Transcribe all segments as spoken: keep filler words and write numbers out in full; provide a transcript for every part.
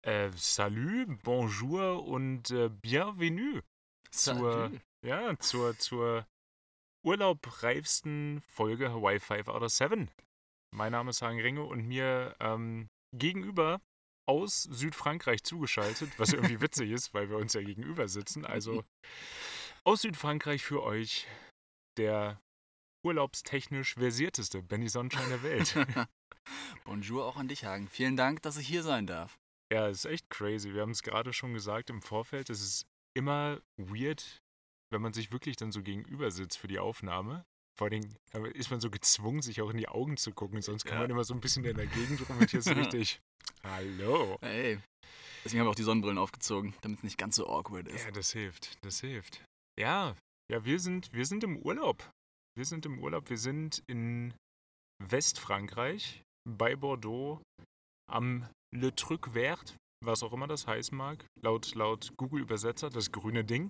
Äh, salut, bonjour und äh, bienvenue zur, Salü. ja, zur, zur urlaubreifsten Folge Hawaii fünf out of sieben. Mein Name ist Hagen Ringe und mir ähm, gegenüber aus Südfrankreich zugeschaltet, was irgendwie witzig ist, weil wir uns ja gegenüber sitzen. Also aus Südfrankreich für euch der urlaubstechnisch versierteste Benny Sonnenschein der Welt. Bonjour auch an dich, Hagen. Vielen Dank, dass ich hier sein darf. Ja, es ist echt crazy. Wir haben es gerade schon gesagt im Vorfeld. Es ist immer weird, wenn man sich wirklich dann so gegenüber sitzt für die Aufnahme. Vor allem ist man so gezwungen, sich auch in die Augen zu gucken. Sonst kann Ja. man immer so ein bisschen in der Gegend rum und hier ist so richtig. Hallo. Hey. Deswegen haben wir auch die Sonnenbrillen aufgezogen, damit es nicht ganz so awkward ist. Ja, das hilft. Das hilft. Ja, ja, wir sind, wir sind im Urlaub. Wir sind im Urlaub. Wir sind in Westfrankreich bei Bordeaux am Le Truc Vert, was auch immer das heißen mag, laut, laut Google-Übersetzer, das grüne Ding.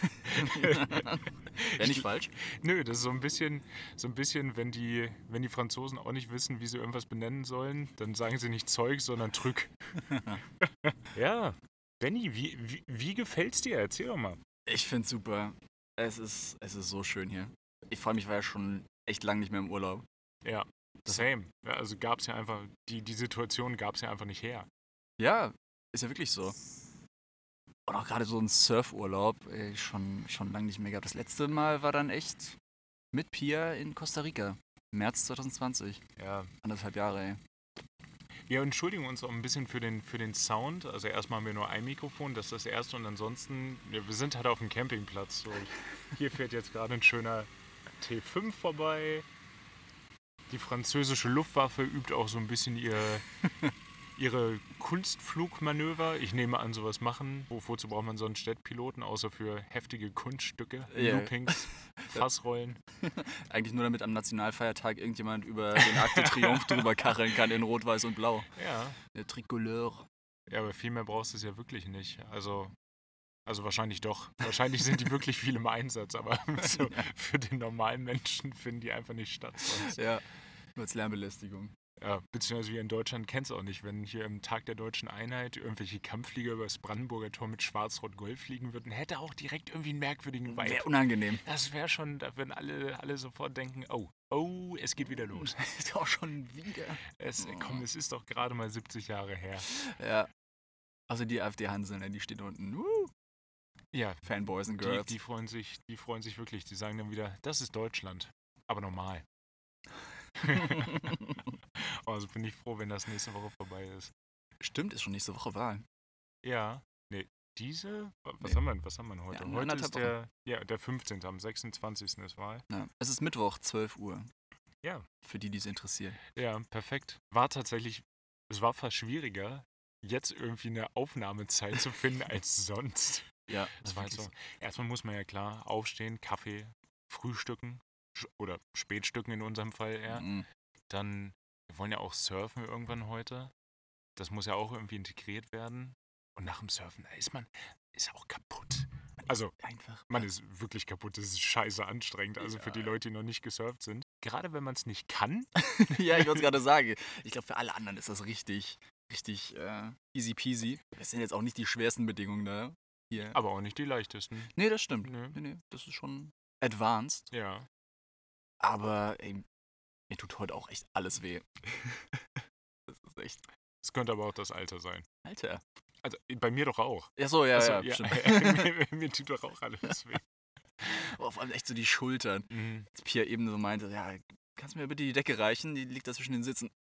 Wäre nicht falsch. Nö, das ist so ein bisschen, so ein bisschen, wenn die, wenn die Franzosen auch nicht wissen, wie sie irgendwas benennen sollen, dann sagen sie nicht Zeug, sondern Trück. Ja, Benny, wie, wie, wie gefällt's dir? Erzähl doch mal. Ich find's super. Es ist, es ist so schön hier. Ich freue mich, weil ja schon echt lang nicht mehr im Urlaub. Ja, same. Ja, also gab's ja einfach, die, die Situation gab's ja einfach nicht her. Ja, ist ja wirklich so. Und auch gerade so ein Surfurlaub, ey, schon, schon lange nicht mehr gehabt. Das letzte Mal war dann echt mit Pia in Costa Rica. März zwanzig zwanzig. Ja, Anderthalb Jahre, ey. wir entschuldigen uns auch ein bisschen für den, für den Sound. Also erstmal haben wir nur ein Mikrofon, das ist das erste. Und ansonsten, ja, wir sind halt auf dem Campingplatz. So, hier fährt jetzt gerade ein schöner T fünf vorbei. Die französische Luftwaffe übt auch so ein bisschen ihr, ihre Kunstflugmanöver. Ich nehme an, sowas machen. Wo, wozu braucht man so einen Jetpiloten, außer für heftige Kunststücke, Ja. Loopings, Fassrollen. Eigentlich nur damit am Nationalfeiertag irgendjemand über den Arc de Triomphe drüber kacheln kann in Rot, Weiß und Blau. Ja. Der Tricolore. Ja, aber viel mehr brauchst du es ja wirklich nicht. Also, also wahrscheinlich doch. Wahrscheinlich sind die wirklich viel im Einsatz, aber so für den normalen Menschen finden die einfach nicht statt sonst. Ja, nur als Lärmbelästigung. Ja, beziehungsweise wir in Deutschland kennen es auch nicht, wenn hier im Tag der deutschen Einheit irgendwelche Kampfflieger über das Brandenburger Tor mit Schwarz-Rot-Gold fliegen würden, hätte auch direkt irgendwie einen merkwürdigen Vibe. Wäre unangenehm. Das wäre schon, da würden alle, alle sofort denken, oh, oh, es geht wieder los. Ist auch schon wieder. Es, komm, es ist doch gerade mal siebzig Jahre her. Ja. Also die AfD-Hanseln, die stehen unten. Uh, Ja, Fanboys and die, Girls. die, freuen sich, die freuen sich wirklich. Die sagen dann wieder, das ist Deutschland, aber normal. Also bin ich froh, wenn das nächste Woche vorbei ist. Stimmt, ist schon nächste Woche Wahl. Ja, nee, diese, was Nee. haben wir denn, was haben wir denn heute? Ja, in heute anderthalb ist der, ja, der fünfzehnte am sechsundzwanzigsten ist Wahl. Ja. Es ist Mittwoch, zwölf Uhr. Ja. Für die, die es interessiert. Ja, perfekt. War tatsächlich, es war fast schwieriger, jetzt irgendwie eine Aufnahmezeit zu finden als sonst. Ja, Das war halt so, erstmal muss man ja klar aufstehen, Kaffee, frühstücken sch- oder spätstücken in unserem Fall eher. Mhm. Dann, wir wollen ja auch surfen irgendwann heute. Das muss ja auch irgendwie integriert werden. Und nach dem Surfen, da ist man, ist auch kaputt. Also, Einfach. man ist wirklich kaputt. Das ist scheiße anstrengend. Also für die Ja. Leute, die noch nicht gesurft sind. Gerade wenn man es nicht kann. Ja, ich wollte es gerade sagen. Ich glaube, für alle anderen ist das richtig, richtig äh, easy peasy. Das sind jetzt auch nicht die schwersten Bedingungen da. Hier. Aber auch nicht die leichtesten. Nee, das stimmt. Nö. Nee, nee, das ist schon advanced. Ja. Aber ey, mir tut heute auch echt alles weh. Das ist echt. Es könnte aber auch das Alter sein. Alter. Also bei mir doch auch. Ja, so, ja, Also, ja, stimmt. mir, mir tut doch auch alles weh. Oh, vor allem echt so die Schultern. Mhm. Als Pia eben so meinte, ja, kannst du mir bitte die Decke reichen? Die liegt da zwischen den Sitzen.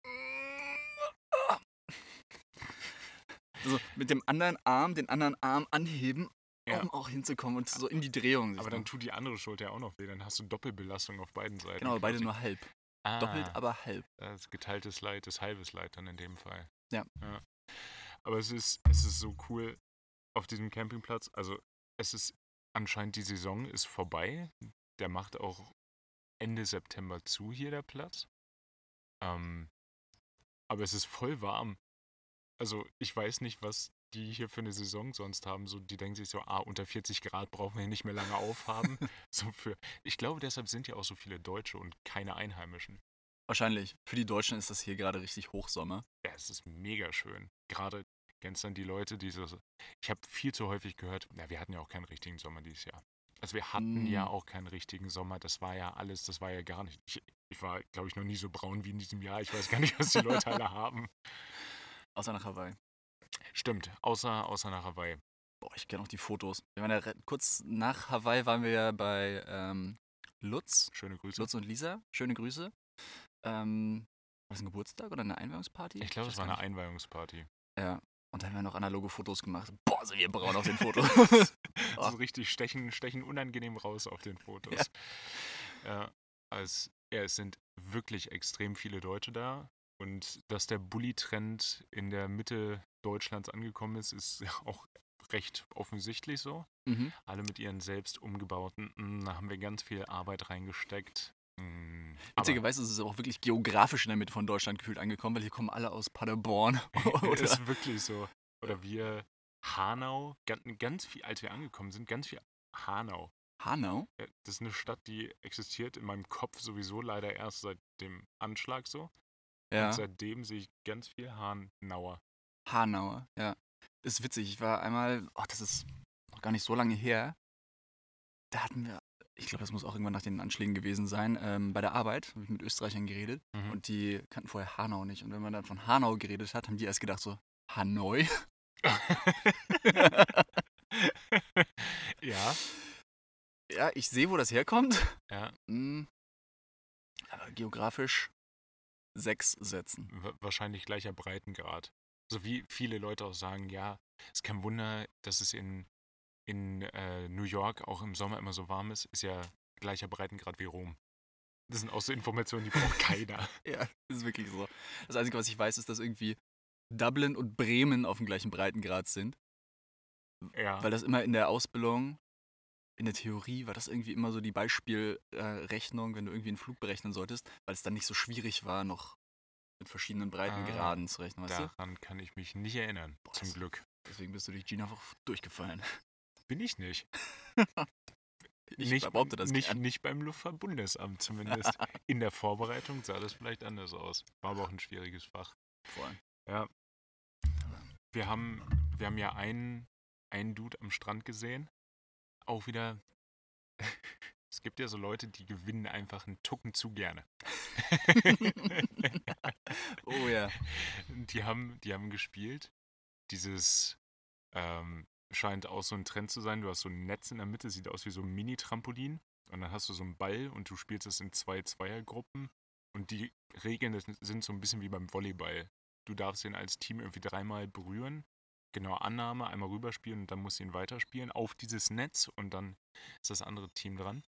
Also mit dem anderen Arm, den anderen Arm anheben, Ja. um auch hinzukommen und so in die Drehung. sich Aber noch- dann tut die andere Schulter ja auch noch weh. Dann hast du Doppelbelastung auf beiden Seiten. Genau, beide quasi. nur halb. Ah, Doppelt, aber halb. Das geteiltes Leid ist halbes Leid dann in dem Fall. Ja. ja. Aber es ist, es ist so cool auf diesem Campingplatz. Also es ist anscheinend, die Saison ist vorbei. Der macht auch Ende September zu hier, der Platz. Ähm, aber es ist voll warm. Also ich weiß nicht, was die hier für eine Saison sonst haben. So, die denken sich so, ah, unter vierzig Grad brauchen wir hier nicht mehr lange aufhaben. so für, ich glaube, deshalb sind ja auch so viele Deutsche und keine Einheimischen. Wahrscheinlich. Für die Deutschen ist das hier gerade richtig Hochsommer. Ja, es ist mega schön. Gerade, Kennst dann die Leute, die so. Ich habe viel zu häufig gehört, na, wir hatten ja auch keinen richtigen Sommer dieses Jahr. Also wir hatten ja Mm. auch keinen richtigen Sommer. Das war ja alles, das war ja gar nicht. Ich, ich war, glaube ich, noch nie so braun wie in diesem Jahr. Ich weiß gar nicht, was die Leute alle haben. Außer nach Hawaii. Stimmt, außer, außer nach Hawaii. Boah, ich kenne auch die Fotos. Wir waren ja re- kurz nach Hawaii waren wir ja bei ähm, Lutz. Schöne Grüße. Lutz und Lisa. Schöne Grüße. Ähm, war das ein Geburtstag oder eine Einweihungsparty? Ich glaube, es weiß war gar eine nicht. Einweihungsparty. Ja. Und da haben wir noch analoge Fotos gemacht. Boah, sind wir braun auf den Fotos. So richtig stechen, stechen unangenehm raus auf den Fotos. Ja. als, ja, es sind wirklich extrem viele Deutsche da. Und dass der Bully-Trend in der Mitte Deutschlands angekommen ist, ist auch recht offensichtlich so. Mhm. Alle mit ihren selbst umgebauten, mm, da haben wir ganz viel Arbeit reingesteckt. Mm, aber Witzigerweise ist es auch wirklich geografisch in der Mitte von Deutschland gefühlt angekommen, weil hier kommen alle aus Paderborn. Oder? ist wirklich so. Oder wir, Hanau, ganz, ganz viel, als wir angekommen sind, ganz viel Hanau. Hanau? Ja, das ist eine Stadt, die existiert in meinem Kopf sowieso leider erst seit dem Anschlag so. Und Ja. seitdem sehe ich ganz viel Hanauer. Hanauer, ja. Das ist witzig. Ich war einmal, oh, das ist noch gar nicht so lange her. Da hatten wir, ich glaube, das muss auch irgendwann nach den Anschlägen gewesen sein, ähm, bei der Arbeit habe ich mit Österreichern geredet Mhm. und die kannten vorher Hanau nicht. Und wenn man dann von Hanau geredet hat, haben die erst gedacht so, Hanoi? Ja, Ja, ich sehe, wo das herkommt. ja, Hm, aber geografisch sechs Sätzen. wa- wahrscheinlich gleicher Breitengrad. So wie viele Leute auch sagen, ja, es ist kein Wunder, dass es in, in äh, New York auch im Sommer immer so warm ist, ist ja gleicher Breitengrad wie Rom. Das sind auch so Informationen, die braucht keiner. Ja, das ist wirklich so. Das Einzige, was ich weiß, ist, dass irgendwie Dublin und Bremen auf dem gleichen Breitengrad sind. Ja, Weil das immer in der Ausbildung, in der Theorie war das irgendwie immer so die Beispielrechnung, wenn du irgendwie einen Flug berechnen solltest, weil es dann nicht so schwierig war, noch mit verschiedenen Breitengraden zu rechnen, weißt du? daran kann ich mich nicht erinnern, Boah, zum das- Glück. Deswegen bist du durch Gina einfach durchgefallen. Bin ich nicht. Ich nicht, behaupte das nicht, gern. nicht beim Luftfahrtbundesamt zumindest. In der Vorbereitung sah das vielleicht anders aus. War aber auch ein schwieriges Fach. Voll. Ja. Wir haben, wir haben ja einen, einen Dude am Strand gesehen. Auch wieder. Es gibt ja so Leute, die gewinnen einfach einen Tucken zu gerne. Oh ja. Die haben, die haben gespielt. Dieses ähm, scheint auch so ein Trend zu sein. Du hast so ein Netz in der Mitte, sieht aus wie so ein Mini-Trampolin. Und dann hast du so einen Ball und du spielst es in zwei Zweiergruppen. Und die Regeln das sind so ein bisschen wie beim Volleyball. Du darfst ihn als Team irgendwie dreimal berühren. Genau, Annahme, einmal rüberspielen und dann musst du ihn weiterspielen auf dieses Netz und dann ist das andere Team dran.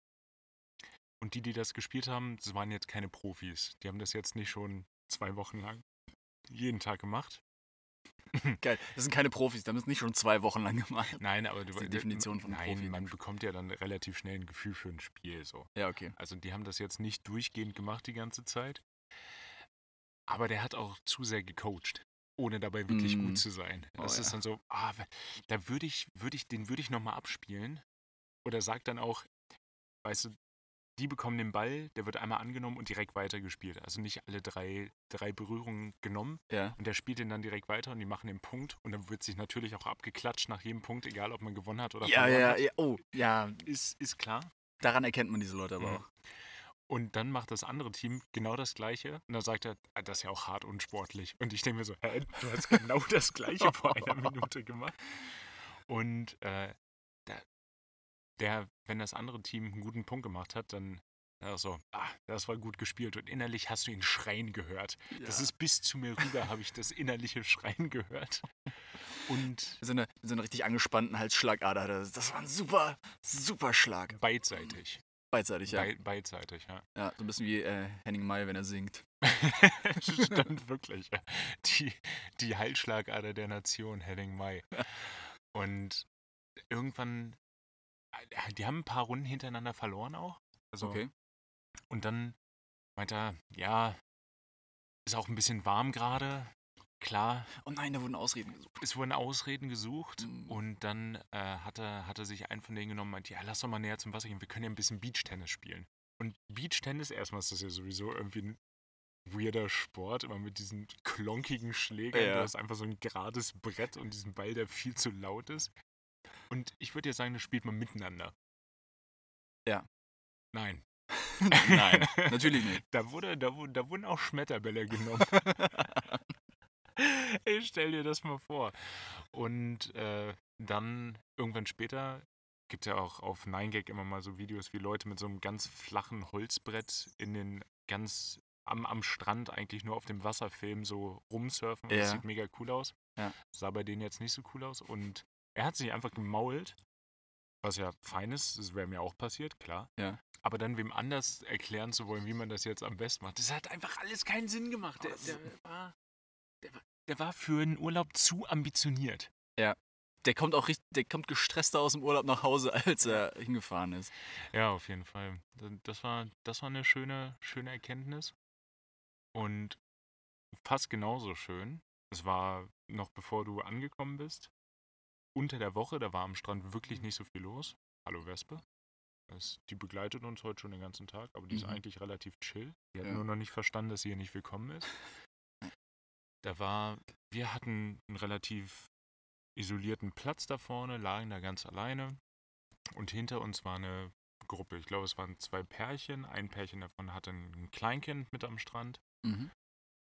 Und die, die das gespielt haben, das waren jetzt keine Profis. Die haben das jetzt nicht schon zwei Wochen lang jeden Tag gemacht. Geil. Das sind keine Profis, die haben es nicht schon zwei Wochen lang gemacht. Nein, aber du Das ist die Definition von Nein, Profi. man bekommt ja dann relativ schnell ein Gefühl für ein Spiel. So. Ja, okay. Also die haben das jetzt nicht durchgehend gemacht die ganze Zeit. Aber der hat auch zu sehr gecoacht, ohne dabei wirklich Mm. gut zu sein. Oh, Das ist ja. dann so, ah, da würde ich, würde ich, den würde ich nochmal abspielen. Oder sagt dann auch, weißt du, die bekommen den Ball, der wird einmal angenommen und direkt weitergespielt. Also nicht alle drei, drei Berührungen genommen Ja. und der spielt den dann direkt weiter und die machen den Punkt und dann wird sich natürlich auch abgeklatscht nach jedem Punkt, egal ob man gewonnen hat oder Ja, verloren ja, hat. ja. Oh, ja. Ist, ist klar. Daran erkennt man diese Leute aber Mhm. auch. Und dann macht das andere Team genau das Gleiche. Und dann sagt er, ah, das ist ja auch hart unsportlich. Und ich denke mir so, hä, du hast genau das Gleiche vor einer Minute gemacht. Und äh, der, der, wenn das andere Team einen guten Punkt gemacht hat, dann ja, so, ah, das war gut gespielt. Und innerlich hast du ihn schreien gehört. Das Ja. ist bis zu mir rüber, habe ich das innerliche Schreien gehört. Und So eine, so eine richtig angespannten Halsschlagader. Das, das war ein super, super Schlag. beidseitig. Beidseitig, ja. Bei, beidseitig, ja. Ja, so ein bisschen wie äh, Henning May, wenn er singt. Stimmt wirklich. Ja. Die, die Halsschlagader der Nation, Henning May. Und irgendwann, äh, die haben ein paar Runden hintereinander verloren auch. Also, Okay. Und dann meint er, ja, ist auch ein bisschen warm gerade. Klar, Oh nein, da wurden Ausreden gesucht. es wurden Ausreden gesucht Mm. und dann äh, hat, er, hat er sich einen von denen genommen und meinte, ja, lass doch mal näher zum Wasser gehen, wir können ja ein bisschen Beachtennis spielen. Und Beachtennis, erstmal ist das ja sowieso irgendwie weirder Sport, immer mit diesen klonkigen Schlägern. Ja. Du hast einfach so ein gerades Brett und diesen Ball, der viel zu laut ist. Und ich würde ja sagen, das spielt man miteinander. Ja. Nein. Nein, natürlich nicht. Da, wurde, da, wu- da wurden auch Schmetterbälle genommen. Ich stell dir das mal vor. Und äh, dann irgendwann später gibt es ja auch auf neun gag immer mal so Videos, wie Leute mit so einem ganz flachen Holzbrett in den ganz am, am Strand eigentlich nur auf dem Wasserfilm so rumsurfen. Und das Ja. sieht mega cool aus. Ja. Sah bei denen jetzt nicht so cool aus. Und er hat sich einfach gemault, was ja fein ist. Das wäre mir auch passiert, klar. Ja. Aber dann wem anders erklären zu wollen, wie man das jetzt am besten macht, das hat einfach alles keinen Sinn gemacht. Der, der, war, der, war, der war für einen Urlaub zu ambitioniert. Der kommt auch richtig, der kommt gestresster aus dem Urlaub nach Hause, als er hingefahren ist. Ja, auf jeden Fall. Das war, das war eine schöne, schöne Erkenntnis. Und fast genauso schön. Es war noch bevor du angekommen bist. Unter der Woche, da war am Strand wirklich nicht so viel los. Hallo Wespe. Das, die begleitet uns heute schon den ganzen Tag, aber die ist Mhm. eigentlich relativ chill. Die hat Ja. nur noch nicht verstanden, dass sie hier nicht willkommen ist. Da war, wir hatten einen relativ isolierten Platz da vorne, lagen da ganz alleine. Und hinter uns war eine Gruppe. Ich glaube, es waren zwei Pärchen. Ein Pärchen davon hatte ein Kleinkind mit am Strand. Mhm.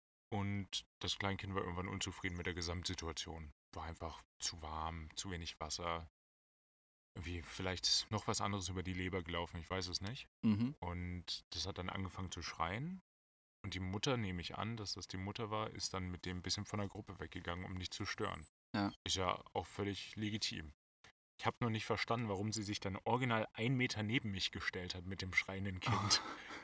Und das Kleinkind war irgendwann unzufrieden mit der Gesamtsituation. War einfach zu warm, zu wenig Wasser. Irgendwie vielleicht noch was anderes über die Leber gelaufen, ich weiß es nicht. Mhm. Und das hat dann angefangen zu schreien. Und die Mutter, nehme ich an, dass das die Mutter war, ist dann mit dem ein bisschen von der Gruppe weggegangen, um nicht zu stören. Ja. Ist ja auch völlig legitim. Ich habe nur nicht verstanden, warum sie sich dann original einen Meter neben mich gestellt hat mit dem schreienden Kind.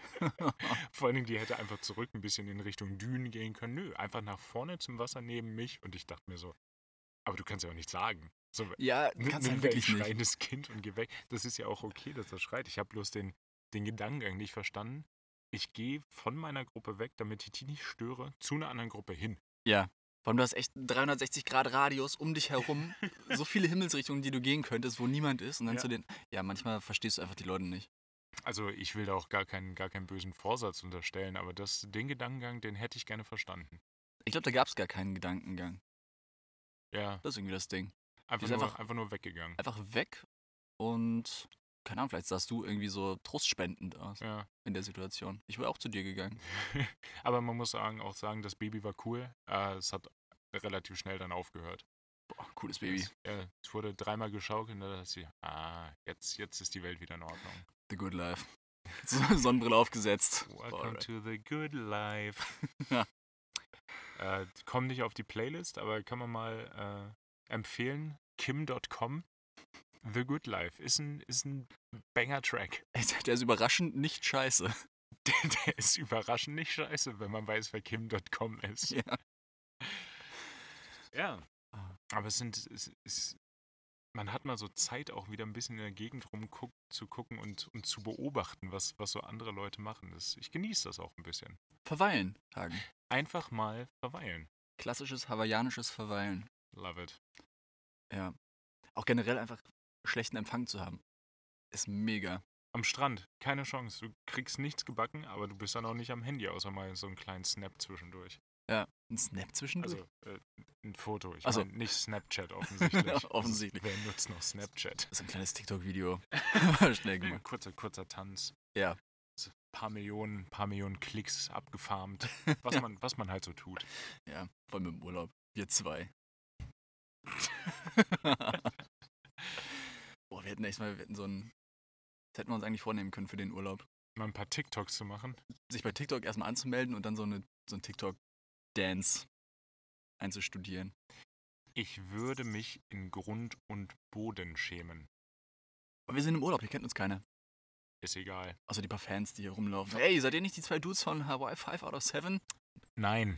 Vor allen Dingen, die hätte einfach zurück ein bisschen in Richtung Dünen gehen können. Nö, einfach nach vorne zum Wasser neben mich. Und ich dachte mir so, aber du kannst ja auch nichts sagen. So, Ja, nimm kannst nimm halt dein wirklich nicht. schreiendes Kind und geh weg. Das ist ja auch okay, dass er schreit. Ich habe bloß den, den Gedankengang nicht verstanden. Ich gehe von meiner Gruppe weg, damit ich die nicht störe, zu einer anderen Gruppe hin. Ja. Vor allem, du hast echt einen dreihundertsechzig Grad Radius um dich herum. So viele Himmelsrichtungen, die du gehen könntest, wo niemand ist. Und dann Ja. zu den. Ja, manchmal verstehst du einfach die Leute nicht. Also ich will da auch gar keinen, gar keinen bösen Vorsatz unterstellen, aber das, den Gedankengang, den hätte ich gerne verstanden. Ich glaube, da gab es gar keinen Gedankengang. Ja, Das ist irgendwie das Ding. einfach ist nur, einfach- einfach nur weggegangen. Einfach weg und. Keine Ahnung, vielleicht sahst du irgendwie so trostspendend aus Ja. in der Situation. Ich wäre auch zu dir gegangen. Aber man muss sagen, auch sagen, das Baby war cool. Äh, es hat relativ schnell dann aufgehört. Boah, cooles Baby. Es, äh, es wurde dreimal geschaukelt und dann dachte sie, ah, jetzt, jetzt ist die Welt wieder in Ordnung. The good life. So, Sonnenbrille aufgesetzt. Welcome Alright. to the good life. Ja. äh, komm nicht auf die Playlist, aber kann man mal äh, empfehlen. Kim Punkt com. The Good Life ist ein, ist ein Banger-Track. Der ist überraschend nicht scheiße. Der, der ist überraschend nicht scheiße, wenn man weiß, wer Kim Punkt com ist. Ja. Ja. Aber es sind, es ist, man hat mal so Zeit, auch wieder ein bisschen in der Gegend rum guck, zu gucken und, und zu beobachten, was, was so andere Leute machen. Das, ich genieße das auch ein bisschen. Verweilen, Hagen. Einfach mal verweilen. Klassisches hawaiianisches Verweilen. Love it. Ja. Auch generell einfach schlechten Empfang zu haben. Ist mega. Am Strand, keine Chance. Du kriegst nichts gebacken, aber du bist dann auch nicht am Handy, außer mal so einen kleinen Snap zwischendurch. Ja. Ein Snap zwischendurch? Also äh, ein Foto. Ich Ach so. meine nicht Snapchat offensichtlich. Offensichtlich. Also, wer nutzt noch Snapchat? Das ist ein kleines TikTok-Video. Schnell gemacht. Kurzer, kurzer Tanz. Ja. So Paar Millionen, paar Millionen Klicks abgefarmt. Was, Ja. man, was man halt so tut. Ja, vor allem im Urlaub. Wir zwei. Boah, wir hätten echt mal, wir hätten so ein. Das hätten wir uns eigentlich vornehmen können für den Urlaub. Mal ein paar TikToks zu machen. Sich bei TikTok erstmal anzumelden und dann so, eine, so ein TikTok-Dance einzustudieren. Ich würde mich in Grund und Boden schämen. Aber wir sind im Urlaub, hier kennt uns keiner. Ist egal. Außer die paar Fans, die hier rumlaufen. Ey, seid ihr nicht die zwei Dudes von Hawaii five out of seven? Nein.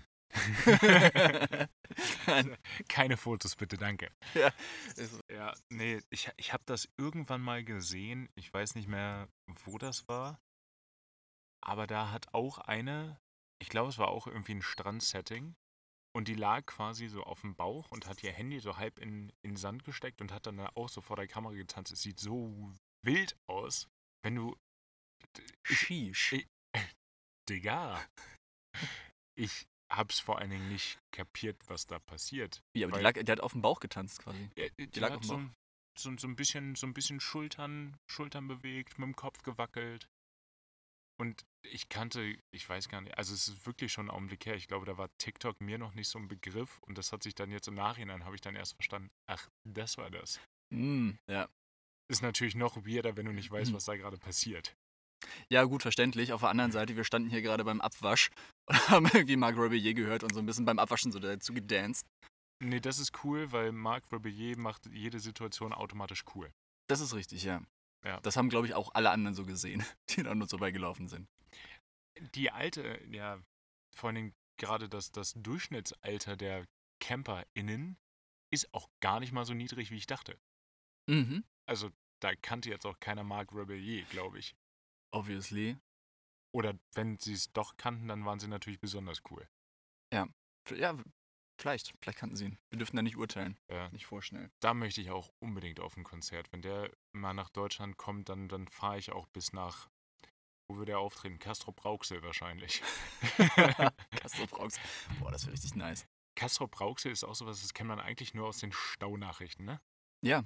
Nein. Keine Fotos, bitte, danke. Ja. Ist- Ja, nee, ich, ich habe das irgendwann mal gesehen. Ich weiß nicht mehr, wo das war. Aber da hat auch eine, ich glaube, es war auch irgendwie ein Strandsetting. Und die lag quasi so auf dem Bauch und hat ihr Handy so halb in, in den Sand gesteckt und hat dann da auch so vor der Kamera getanzt. Es sieht so wild aus, wenn du. Sheesh. Ich- Digga. Ich hab's vor allen Dingen nicht kapiert, was da passiert. Ja, aber die, Weil- lag, die hat auf dem Bauch getanzt quasi. Ja, die lag hat auf dem so, Bauch. ein- so, ein- so ein bisschen, so ein bisschen Schultern, Schultern bewegt, mit dem Kopf gewackelt. Und ich kannte, ich weiß gar nicht, also es ist wirklich schon ein Augenblick her. Ich glaube, da war TikTok mir noch nicht so ein Begriff und das hat sich dann jetzt im Nachhinein, habe ich dann erst verstanden, ach, das war das. Mm, ja. Ist natürlich noch weirder, wenn du nicht weißt, Mhm. was da gerade passiert. Ja, gut, verständlich. Auf der anderen Seite, wir standen hier gerade beim Abwasch und haben irgendwie Marc Rebillet gehört und so ein bisschen beim Abwaschen so dazu gedanced. Nee, das ist cool, weil Marc Rebillet macht jede Situation automatisch cool. Das ist richtig, ja. Ja. Das haben, glaube ich, auch alle anderen so gesehen, die da nur so beigelaufen sind. Die alte, ja, vor allen Dingen gerade das, das Durchschnittsalter der CamperInnen ist auch gar nicht mal so niedrig, wie ich dachte. Mhm. Also da kannte jetzt auch keiner Marc Rebillet, glaube ich. Obviously. Oder wenn sie es doch kannten, dann waren sie natürlich besonders cool. Ja, vielleicht. Vielleicht kannten sie ihn. Wir dürfen da nicht urteilen. Ja. Nicht vorschnell. Da möchte ich auch unbedingt auf ein Konzert. Wenn der mal nach Deutschland kommt, dann, dann fahre ich auch bis nach, wo würde er auftreten? Castrop Rauxel wahrscheinlich. Castrop Rauxel. Boah, das wäre richtig nice. Castrop Rauxel ist auch sowas, das kennt man eigentlich nur aus den Staunachrichten, ne? Ja.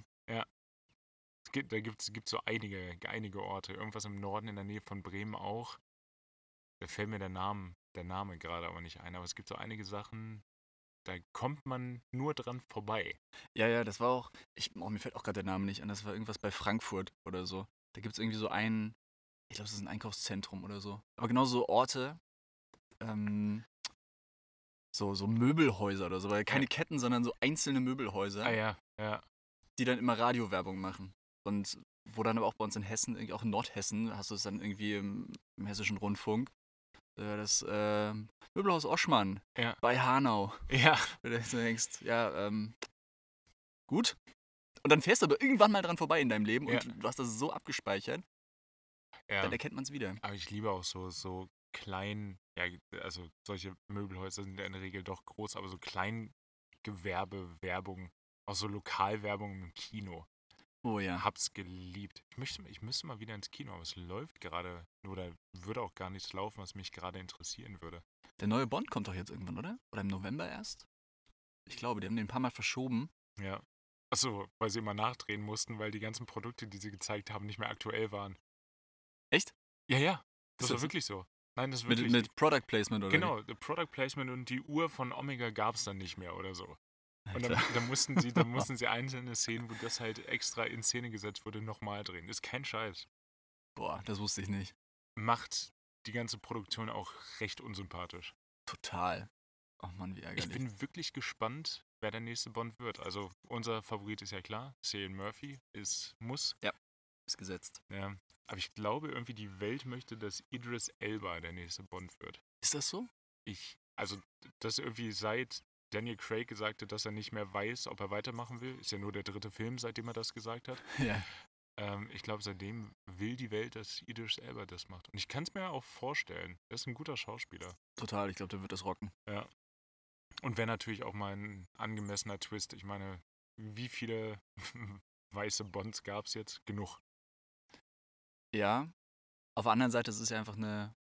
Es gibt, da gibt es so einige, einige Orte. Irgendwas im Norden in der Nähe von Bremen auch. Da fällt mir der Name, der Name gerade aber nicht ein. Aber es gibt so einige Sachen, da kommt man nur dran vorbei. Ja, ja, das war auch. Ich, oh, mir fällt auch gerade der Name nicht an. Das war irgendwas bei Frankfurt oder so. Da gibt es irgendwie so ein. Ich glaube, das ist ein Einkaufszentrum oder so. Aber genau so Orte. Ähm, so, so Möbelhäuser oder so. Weil keine Ja. Ketten, sondern so einzelne Möbelhäuser, Ah ja, ja. die dann immer Radiowerbung machen. Und wo dann aber auch bei uns in Hessen, irgendwie auch in Nordhessen, hast du es dann irgendwie im, im Hessischen Rundfunk. Äh, das äh, Möbelhaus Oschmann Ja. bei Hanau. Ja. Wo du denkst, ja, ähm, gut. Und dann fährst du aber irgendwann mal dran vorbei in deinem Leben Ja. und du hast das so abgespeichert, ja. dann erkennt man es wieder. Aber ich liebe auch so, so klein, ja, also solche Möbelhäuser sind ja in der Regel doch groß, aber so Kleingewerbewerbung, auch so Lokalwerbung im Kino. Oh ja. Hab's geliebt. Ich, möchte, ich müsste mal wieder ins Kino, aber es läuft gerade, oder würde auch gar nichts laufen, was mich gerade interessieren würde. Der neue Bond kommt doch jetzt irgendwann, oder? Oder im November erst? Ich glaube, die haben den ein paar Mal verschoben. Ja. Achso, weil sie immer nachdrehen mussten, weil die ganzen Produkte, die sie gezeigt haben, nicht mehr aktuell waren. Echt? Ja, ja. Das Ist war das- wirklich so. Nein, das ist Mit, wirklich. mit Product Placement oder genau, the Product Placement und die Uhr von Omega gab es dann nicht mehr oder so. wie? Und dann, Alter. dann, mussten sie, dann mussten sie einzelne Szenen, wo das halt extra in Szene gesetzt wurde, nochmal drehen. Ist kein Scheiß. Boah, das wusste ich nicht. Macht die ganze Produktion auch recht unsympathisch. Total. Oh Mann, wie Ich ärgerlich. bin wirklich gespannt, wer der nächste Bond wird. Also unser Favorit ist ja klar, Cillian Murphy ist muss. Ist gesetzt. Ja. Aber ich glaube irgendwie die Welt möchte, dass Idris Elba der nächste Bond wird. Ist das so? Ich, also das irgendwie seit Daniel Craig gesagt hat, dass er nicht mehr weiß, ob er weitermachen will. Ist ja nur der dritte Film, seitdem er das gesagt hat. Ja. Ähm, ich glaube, seitdem will die Welt, dass Idris Elba das macht. Und ich kann es mir auch vorstellen. Er ist ein guter Schauspieler. Total, ich glaube, der wird das rocken. Ja. Und wäre natürlich auch mal ein angemessener Twist. Ich meine, wie viele weiße Bonds gab es jetzt? Genug. Ja. Auf der anderen Seite ist es ja einfach eine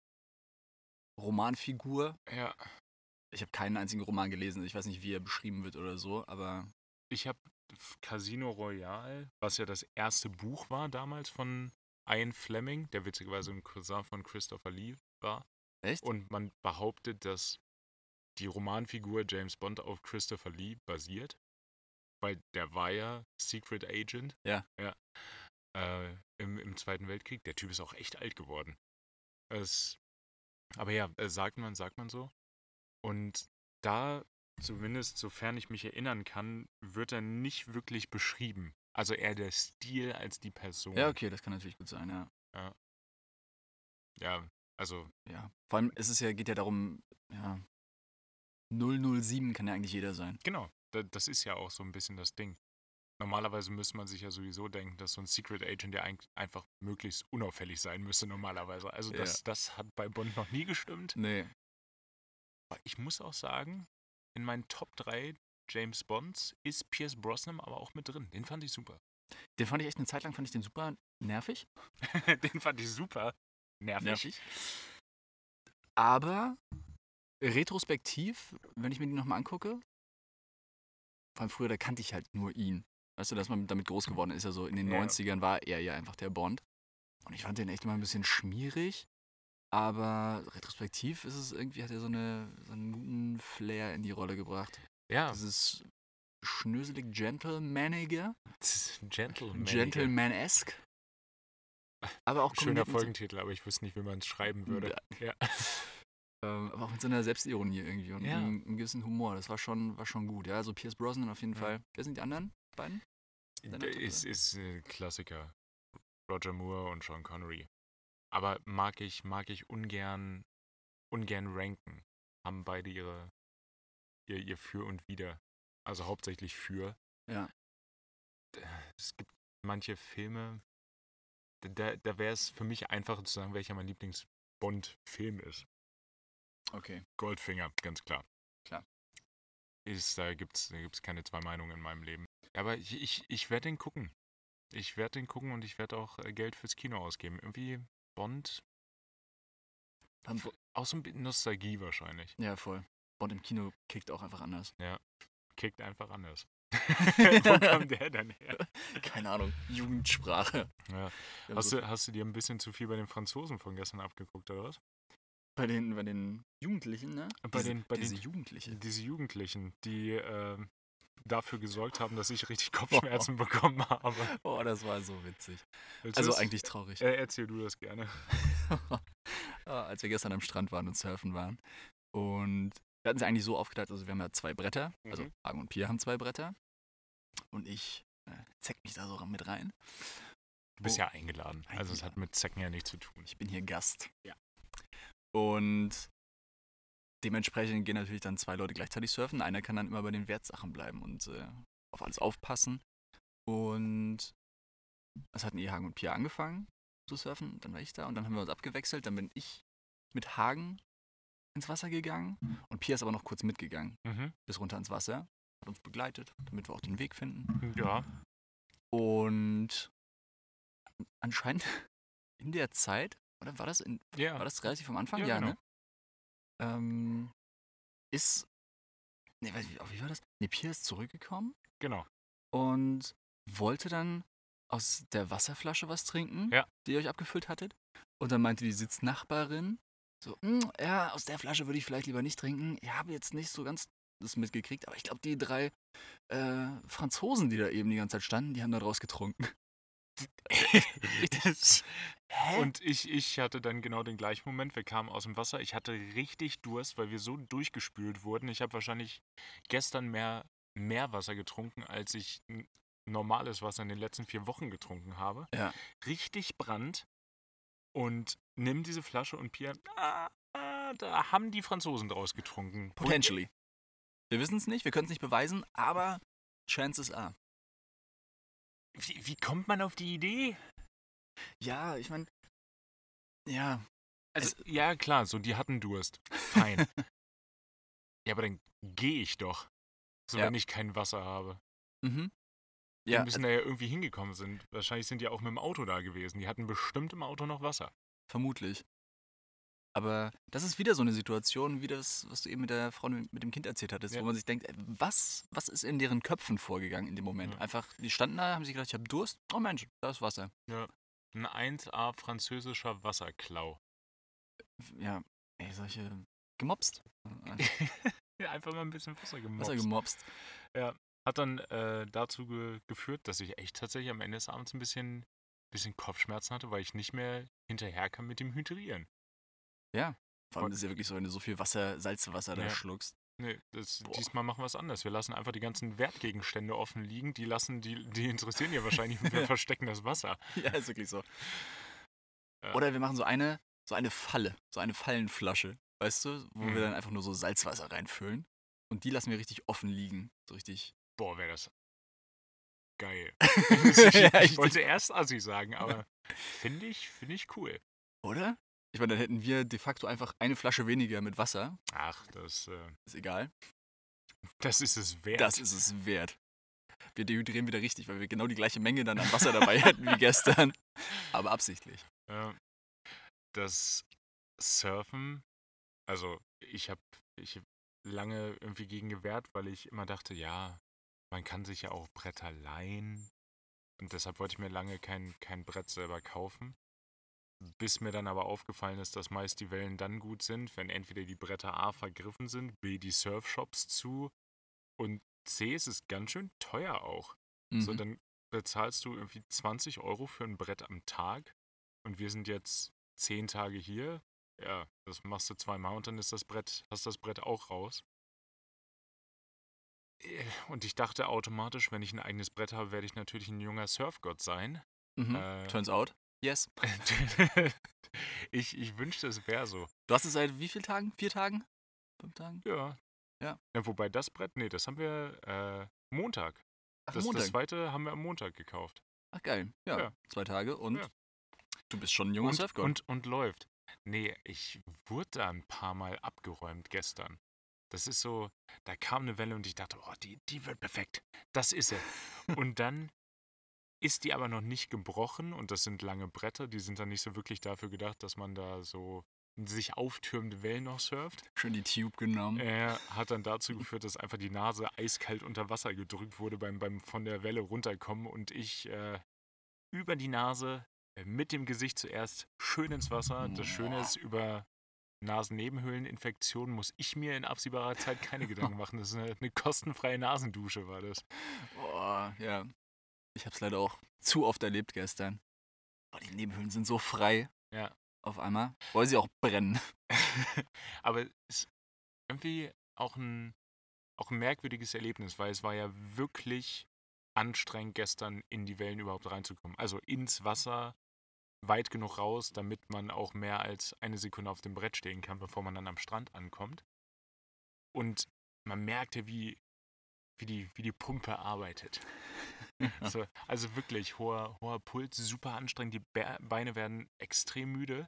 Romanfigur. Ja. Ich habe keinen einzigen Roman gelesen. Ich weiß nicht, wie er beschrieben wird oder so, aber Ich habe Casino Royale, was ja das erste Buch war damals von Ian Fleming, der witzigerweise ein Cousin von Christopher Lee war. echt? Und man behauptet, dass die Romanfigur James Bond auf Christopher Lee basiert. Weil der war ja Secret Agent. Ja. Ja. Äh, im, Im Zweiten Weltkrieg. Der Typ ist auch echt alt geworden. Es, aber ja, äh, sagt man, sagt man so. Und da, zumindest sofern ich mich erinnern kann, wird er nicht wirklich beschrieben. Also eher der Stil als die Person. Ja, okay, das kann natürlich gut sein, ja. Ja, also, Ja. Vor allem ist es ja, geht ja darum, ja, null null sieben kann ja eigentlich jeder sein. genau. Da, das ist ja auch so ein bisschen das Ding. Normalerweise müsste man sich ja sowieso denken, dass so ein Secret Agent ja eigentlich einfach möglichst unauffällig sein müsste normalerweise. Also das, Ja. das hat bei Bond noch nie gestimmt. Nee. Aber ich muss auch sagen, in meinen Top drei James Bonds ist Pierce Brosnan aber auch mit drin. Den fand ich super. Den fand ich echt eine Zeit lang, fand ich den super nervig. Den fand ich super nervig. Nervig. Aber Retrospektiv, wenn ich mir die nochmal angucke, vor allem früher, da kannte ich halt nur ihn. Weißt du, dass man damit groß geworden ist, ja so in den Ja. neunzigern war er ja einfach der Bond. Und ich fand den echt immer ein bisschen schmierig, aber retrospektiv ist es irgendwie, hat er so, eine, so einen guten Flair in die Rolle gebracht. Ja, Dieses schnöselig Gentlemanige, das ist ein Gentleman. Gentleman-esque, aber auch Schöner kombiniert mit, Folgentitel, aber ich wüsste nicht, wie man es schreiben würde. Ja. ähm, aber auch mit so einer Selbstironie irgendwie und Ja. einem, einem gewissen Humor. Das war schon, war schon gut. Ja, also Pierce Brosnan auf jeden Ja. Fall. Wer sind die anderen beiden? Deiner Top Ist, drei? ist ein Klassiker. Roger Moore und Sean Connery. Aber mag ich, mag ich ungern, ungern ranken. Haben beide ihre, ihr, ihr Für und Wider. Also hauptsächlich für. Ja. Es gibt manche Filme, da, da wäre es für mich einfacher zu sagen, welcher mein Lieblings-Bond-Film ist. Okay. Goldfinger, ganz klar. Klar. Ist, da gibt es da gibt's keine zwei Meinungen in meinem Leben. Aber ich, ich, ich werde den gucken. Ich werde den gucken und ich werde auch äh, Geld fürs Kino ausgeben. Irgendwie Bond, Dann, auch so ein bisschen Nostalgie wahrscheinlich. ja, voll. Bond im Kino kickt auch einfach anders. Kickt einfach anders. Wo kommt der denn her? Keine Ahnung. Jugendsprache. Ja. Wir haben Hast, so du, hast du dir ein bisschen zu viel bei den Franzosen von gestern abgeguckt, oder was? bei, den, bei den Jugendlichen, ne? Bei diese, den- bei diese den- Jugendliche. Diese Jugendlichen, die äh, dafür gesorgt haben, dass ich richtig Kopfschmerzen bekommen habe. Oh, das war so witzig. Willst Also du's? eigentlich traurig. Äh, erzähl du das gerne. Ah, als wir gestern am Strand waren und surfen waren. Und wir hatten es eigentlich so aufgeteilt, also wir haben ja zwei Bretter. Also Mhm. Hagen und Pia haben zwei Bretter. Und ich äh, zeck mich da so mit rein. Du bist Oh. ja eingeladen. Also es hat mit Zecken ja nichts zu tun. Ich bin hier Gast. Ja. Und dementsprechend gehen natürlich dann zwei Leute gleichzeitig surfen. Einer kann dann immer bei den Wertsachen bleiben und äh, auf alles aufpassen. Und es hatten eh Hagen und Pia angefangen zu surfen. Dann war ich da und dann haben wir uns abgewechselt. Dann bin ich mit Hagen ins Wasser gegangen und Pia ist aber noch kurz mitgegangen Mhm. bis runter ins Wasser. Hat uns begleitet, damit wir auch den Weg finden. Ja. Und anscheinend in der Zeit, oder war das, in, Ja. war das relativ am Anfang? Ja, Ja, genau. ne? Ähm, ist, ne, wie, wie war das? Ne, Pia ist zurückgekommen Genau. und wollte dann aus der Wasserflasche was trinken, Ja. die ihr euch abgefüllt hattet. Und dann meinte die Sitznachbarin so, "Hm, ja, aus der Flasche würde ich vielleicht lieber nicht trinken. Ich habe jetzt nicht so ganz das mitgekriegt, aber ich glaube, die drei äh, Franzosen, die da eben die ganze Zeit standen, die haben da draus getrunken." Das, Hä? und ich, ich hatte dann genau den gleichen Moment. Wir kamen aus dem Wasser. Ich hatte richtig Durst, weil wir so durchgespült wurden. Ich habe wahrscheinlich gestern mehr Meerwasser getrunken, als ich n- normales Wasser in den letzten vier Wochen getrunken habe. Ja. Richtig Brand. Und nimm diese Flasche und Pia, ah, ah, da haben die Franzosen draus getrunken. Potentially. Wir wissen es nicht, wir können es nicht beweisen, aber Chances are. Wie, wie kommt man auf die Idee? Ja, ich meine, ja. Also, ja, klar, so, die hatten Durst. Fein. Ja, aber dann gehe ich doch. So, Ja. wenn ich kein Wasser habe. Mhm. Die Ja, müssen da ja irgendwie hingekommen sind. Wahrscheinlich sind die auch mit dem Auto da gewesen. Die hatten bestimmt im Auto noch Wasser. vermutlich. Aber das ist wieder so eine Situation, wie das, was du eben mit der Frau mit mit dem Kind erzählt hattest, Ja. wo man sich denkt, ey, was, was ist in deren Köpfen vorgegangen in dem Moment? Ja. Einfach, die standen da, haben sich gedacht, ich habe Durst. Oh Mensch, da ist Wasser. Ein eins A französischer Wasserklau. Ja, ey, solche gemobst. Ja, einfach mal ein bisschen Wasser gemobst. Wasser gemobst. Hat dann äh, dazu ge geführt, dass ich echt tatsächlich am Ende des Abends ein bisschen, bisschen Kopfschmerzen hatte, weil ich nicht mehr hinterherkam mit dem Hydrieren. Ja. Vor allem Und- ist es ja wirklich so, wenn du so viel Wasser, Salzwasser da Ja. schluckst. Nee, das, Boah. diesmal machen wir es anders. Wir lassen einfach die ganzen Wertgegenstände offen liegen. Die lassen, die, die interessieren ja wahrscheinlich und wir Ja. verstecken das Wasser. Ja, ist wirklich so. Ja. Oder wir machen so eine, so eine Falle, so eine Fallenflasche, weißt du, wo Mhm. wir dann einfach nur so Salzwasser reinfüllen. Und die lassen wir richtig offen liegen. So richtig. Boah, wäre das geil. Ja, ich ich- wollte erst Assi sagen, aber finde ich, finde ich cool. Oder? Ich meine, dann hätten wir de facto einfach eine Flasche weniger mit Wasser. Ach, das, äh, Ist egal. das ist es wert. Das ist es wert. Wir dehydrieren wieder richtig, weil wir genau die gleiche Menge dann an Wasser dabei hätten wie gestern. Aber absichtlich. Ja. Das Surfen, also ich habe ich lange irgendwie gegen gewehrt, weil ich immer dachte, ja, man kann sich ja auch Bretter leihen. Und deshalb wollte ich mir lange kein, kein Brett selber kaufen. Bis mir dann aber aufgefallen ist, dass meist die Wellen dann gut sind, wenn entweder die Bretter A vergriffen sind, B die Surfshops zu und C es ist ganz schön teuer auch. So, Mhm. dann bezahlst du irgendwie zwanzig Euro für ein Brett am Tag und wir sind jetzt zehn Tage hier. Ja, das machst du zweimal und dann ist das Brett, hast das Brett auch raus. Äh, Und ich dachte automatisch, wenn ich ein eigenes Brett habe, werde ich natürlich ein junger Surfgott sein. Mhm. Äh, Turns out, yes. ich, ich wünschte, es wäre so. Du hast es seit wie vielen Tagen? Vier Tagen? Fünf Tagen? Ja. Ja. Ja, wobei das Brett, nee, das haben wir äh, Montag. Ach, Das, das Montag. zweite haben wir am Montag gekauft. Ach, geil. Ja, Ja. zwei Tage und Ja. du bist schon ein junger Und, Surfgott. und, und läuft. Nee, ich wurde da ein paar Mal abgeräumt gestern. Das ist so, da kam eine Welle und ich dachte, oh, die, die wird perfekt. Das ist sie. Und dann ist die aber noch nicht gebrochen und das sind lange Bretter, die sind dann nicht so wirklich dafür gedacht, dass man da so sich auftürmende Wellen noch surft. Schön die Tube genommen. Er hat dann dazu geführt, dass einfach die Nase eiskalt unter Wasser gedrückt wurde beim, beim von der Welle runterkommen und ich äh, über die Nase äh, mit dem Gesicht zuerst schön ins Wasser. Das Schöne ist, über Nasennebenhöhleninfektionen muss ich mir in absehbarer Zeit keine Gedanken machen. Das ist eine, eine kostenfreie Nasendusche, war das. Oh, ja. Ich hab's leider auch zu oft erlebt gestern. Oh, die Nebenhöhlen sind so frei. Ja. Auf einmal. Wollen sie auch brennen. Aber es ist irgendwie auch ein, auch ein merkwürdiges Erlebnis, weil es war ja wirklich anstrengend, gestern in die Wellen überhaupt reinzukommen. Also ins Wasser, weit genug raus, damit man auch mehr als eine Sekunde auf dem Brett stehen kann, bevor man dann am Strand ankommt. Und man merkte, wie, wie, die, wie die Pumpe arbeitet. So, also wirklich hoher, hoher Puls, super anstrengend, die Be Beine werden extrem müde.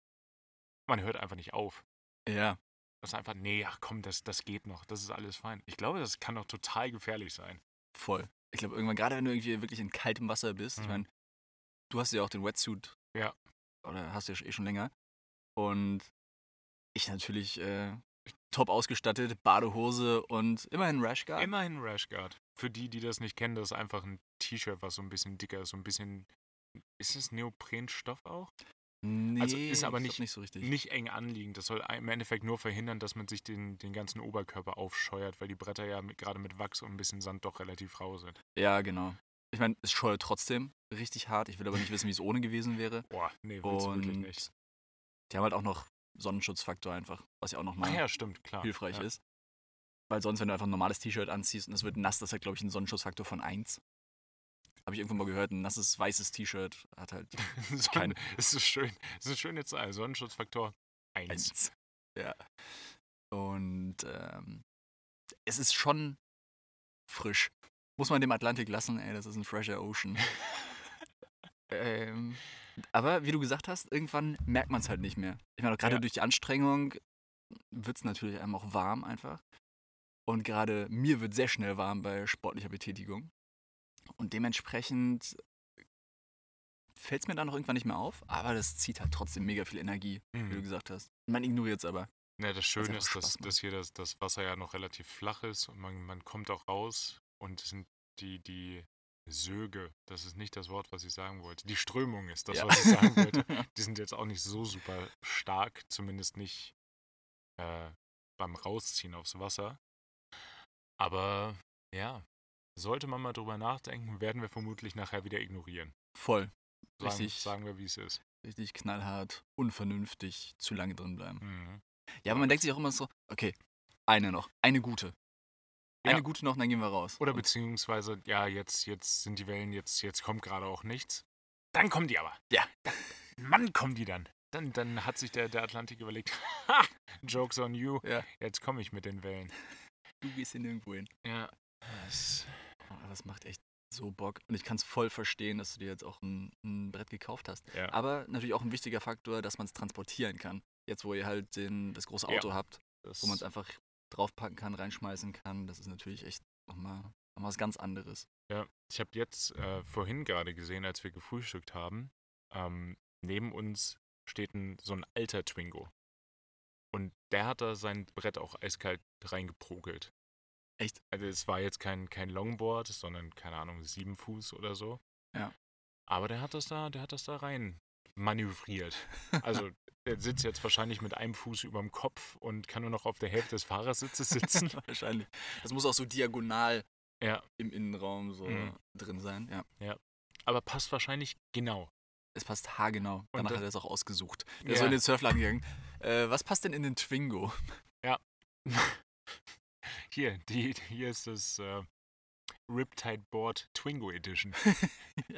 Man hört einfach nicht auf. Ja. Das ist einfach, nee, ach komm, das, das geht noch, das ist alles fein. Ich glaube, das kann doch total gefährlich sein. Voll. Ich glaube, irgendwann, gerade wenn du irgendwie wirklich in kaltem Wasser bist, ich Mhm. meine, du hast ja auch den Wetsuit. Ja. Oder hast ja eh schon länger. Und ich natürlich äh, top ausgestattet, Badehose und immerhin Rashguard. Immerhin Rashguard. Für die, die das nicht kennen, das ist einfach ein T-Shirt, was so ein bisschen dicker ist, so ein bisschen. Ist es Neoprenstoff auch? Nee, Also ist aber ich nicht, glaub nicht so richtig. nicht eng anliegend. Das soll im Endeffekt nur verhindern, dass man sich den, den ganzen Oberkörper aufscheuert, weil die Bretter ja mit, gerade mit Wachs und ein bisschen Sand doch relativ rau sind. Ja, genau. Ich meine, es scheuert trotzdem richtig hart. Ich will aber nicht wissen, wie es ohne gewesen wäre. Boah, nee, willst du wirklich Und nicht. die haben halt auch noch Sonnenschutzfaktor einfach, was ja auch Ach nochmal ja, stimmt, klar. hilfreich ja. ist. Weil sonst, wenn du einfach ein normales T-Shirt anziehst und es wird nass, das hat, glaube ich, einen Sonnenschutzfaktor von eins. Habe ich irgendwo mal gehört, ein nasses, weißes T-Shirt hat halt so, kein es ist schön. Es ist eine schöne Zahl. Sonnenschutzfaktor eins. eins. Ja. Und ähm, es ist schon frisch. Muss man dem Atlantik lassen, ey, das ist ein fresher Ocean. ähm, aber wie du gesagt hast, irgendwann merkt man es halt nicht mehr. Ich meine, gerade Ja. durch die Anstrengung wird es natürlich einem auch warm einfach. Und gerade mir wird sehr schnell warm bei sportlicher Betätigung. Und dementsprechend fällt es mir dann noch irgendwann nicht mehr auf, aber das zieht halt trotzdem mega viel Energie, wie du Mhm. gesagt hast. Man ignoriert es aber. Ja, das Schöne einfach ist, Spaß dass, macht. dass hier das, das Wasser ja noch relativ flach ist und man, man kommt auch raus und es sind die, die Söge, das ist nicht das Wort, was ich sagen wollte. Die Strömung ist das, Ja. was ich sagen wollte. Die sind jetzt auch nicht so super stark, zumindest nicht äh, beim Rausziehen aufs Wasser. Aber ja, sollte man mal drüber nachdenken, werden wir vermutlich nachher wieder ignorieren. Voll. Sagen, Richtig, sagen wir, wie es ist. richtig knallhart, unvernünftig, zu lange drin bleiben. Mhm. Ja, aber man denkt sich auch immer so, okay, eine noch, eine gute. Eine Ja. gute noch, und dann gehen wir raus. Oder Und beziehungsweise, ja, jetzt, jetzt sind die Wellen, jetzt, jetzt kommt gerade auch nichts. Dann kommen die aber. Ja. Mann, kommen die dann. Dann, dann hat sich der, der Atlantik überlegt, ha, joke's on you, ja, jetzt komme ich mit den Wellen. du gehst hier nirgendwo hin. Ja. Das, Aber das macht echt so Bock. Und ich kann es voll verstehen, dass du dir jetzt auch ein, ein Brett gekauft hast. ja. Aber natürlich auch ein wichtiger Faktor, dass man es transportieren kann. Jetzt, wo ihr halt den, das große Ja. Auto habt, das, wo man es einfach draufpacken kann, reinschmeißen kann, das ist natürlich echt nochmal noch mal was ganz anderes. ja. Ich habe jetzt äh, vorhin gerade gesehen, als wir gefrühstückt haben, ähm, neben uns steht ein, so ein alter Twingo. Und der hat da sein Brett auch eiskalt reingeprogelt. Echt? Also es war jetzt kein, kein Longboard, sondern, keine Ahnung, sieben Fuß oder so. Ja. Aber der hat das da, der hat das da rein manövriert. Also der sitzt jetzt wahrscheinlich mit einem Fuß überm Kopf und kann nur noch auf der Hälfte des Fahrersitzes sitzen. Wahrscheinlich. Das muss auch so diagonal Ja. im Innenraum so Mhm. drin sein. Ja. Ja. Aber passt wahrscheinlich genau. Es passt haargenau. Danach da- hat er es auch ausgesucht. Der Ja. ist so in den Surfladen gegangen. Äh, was passt denn in den Twingo? Ja. Hier, die, hier ist das äh, Riptide Board Twingo Edition. Ja.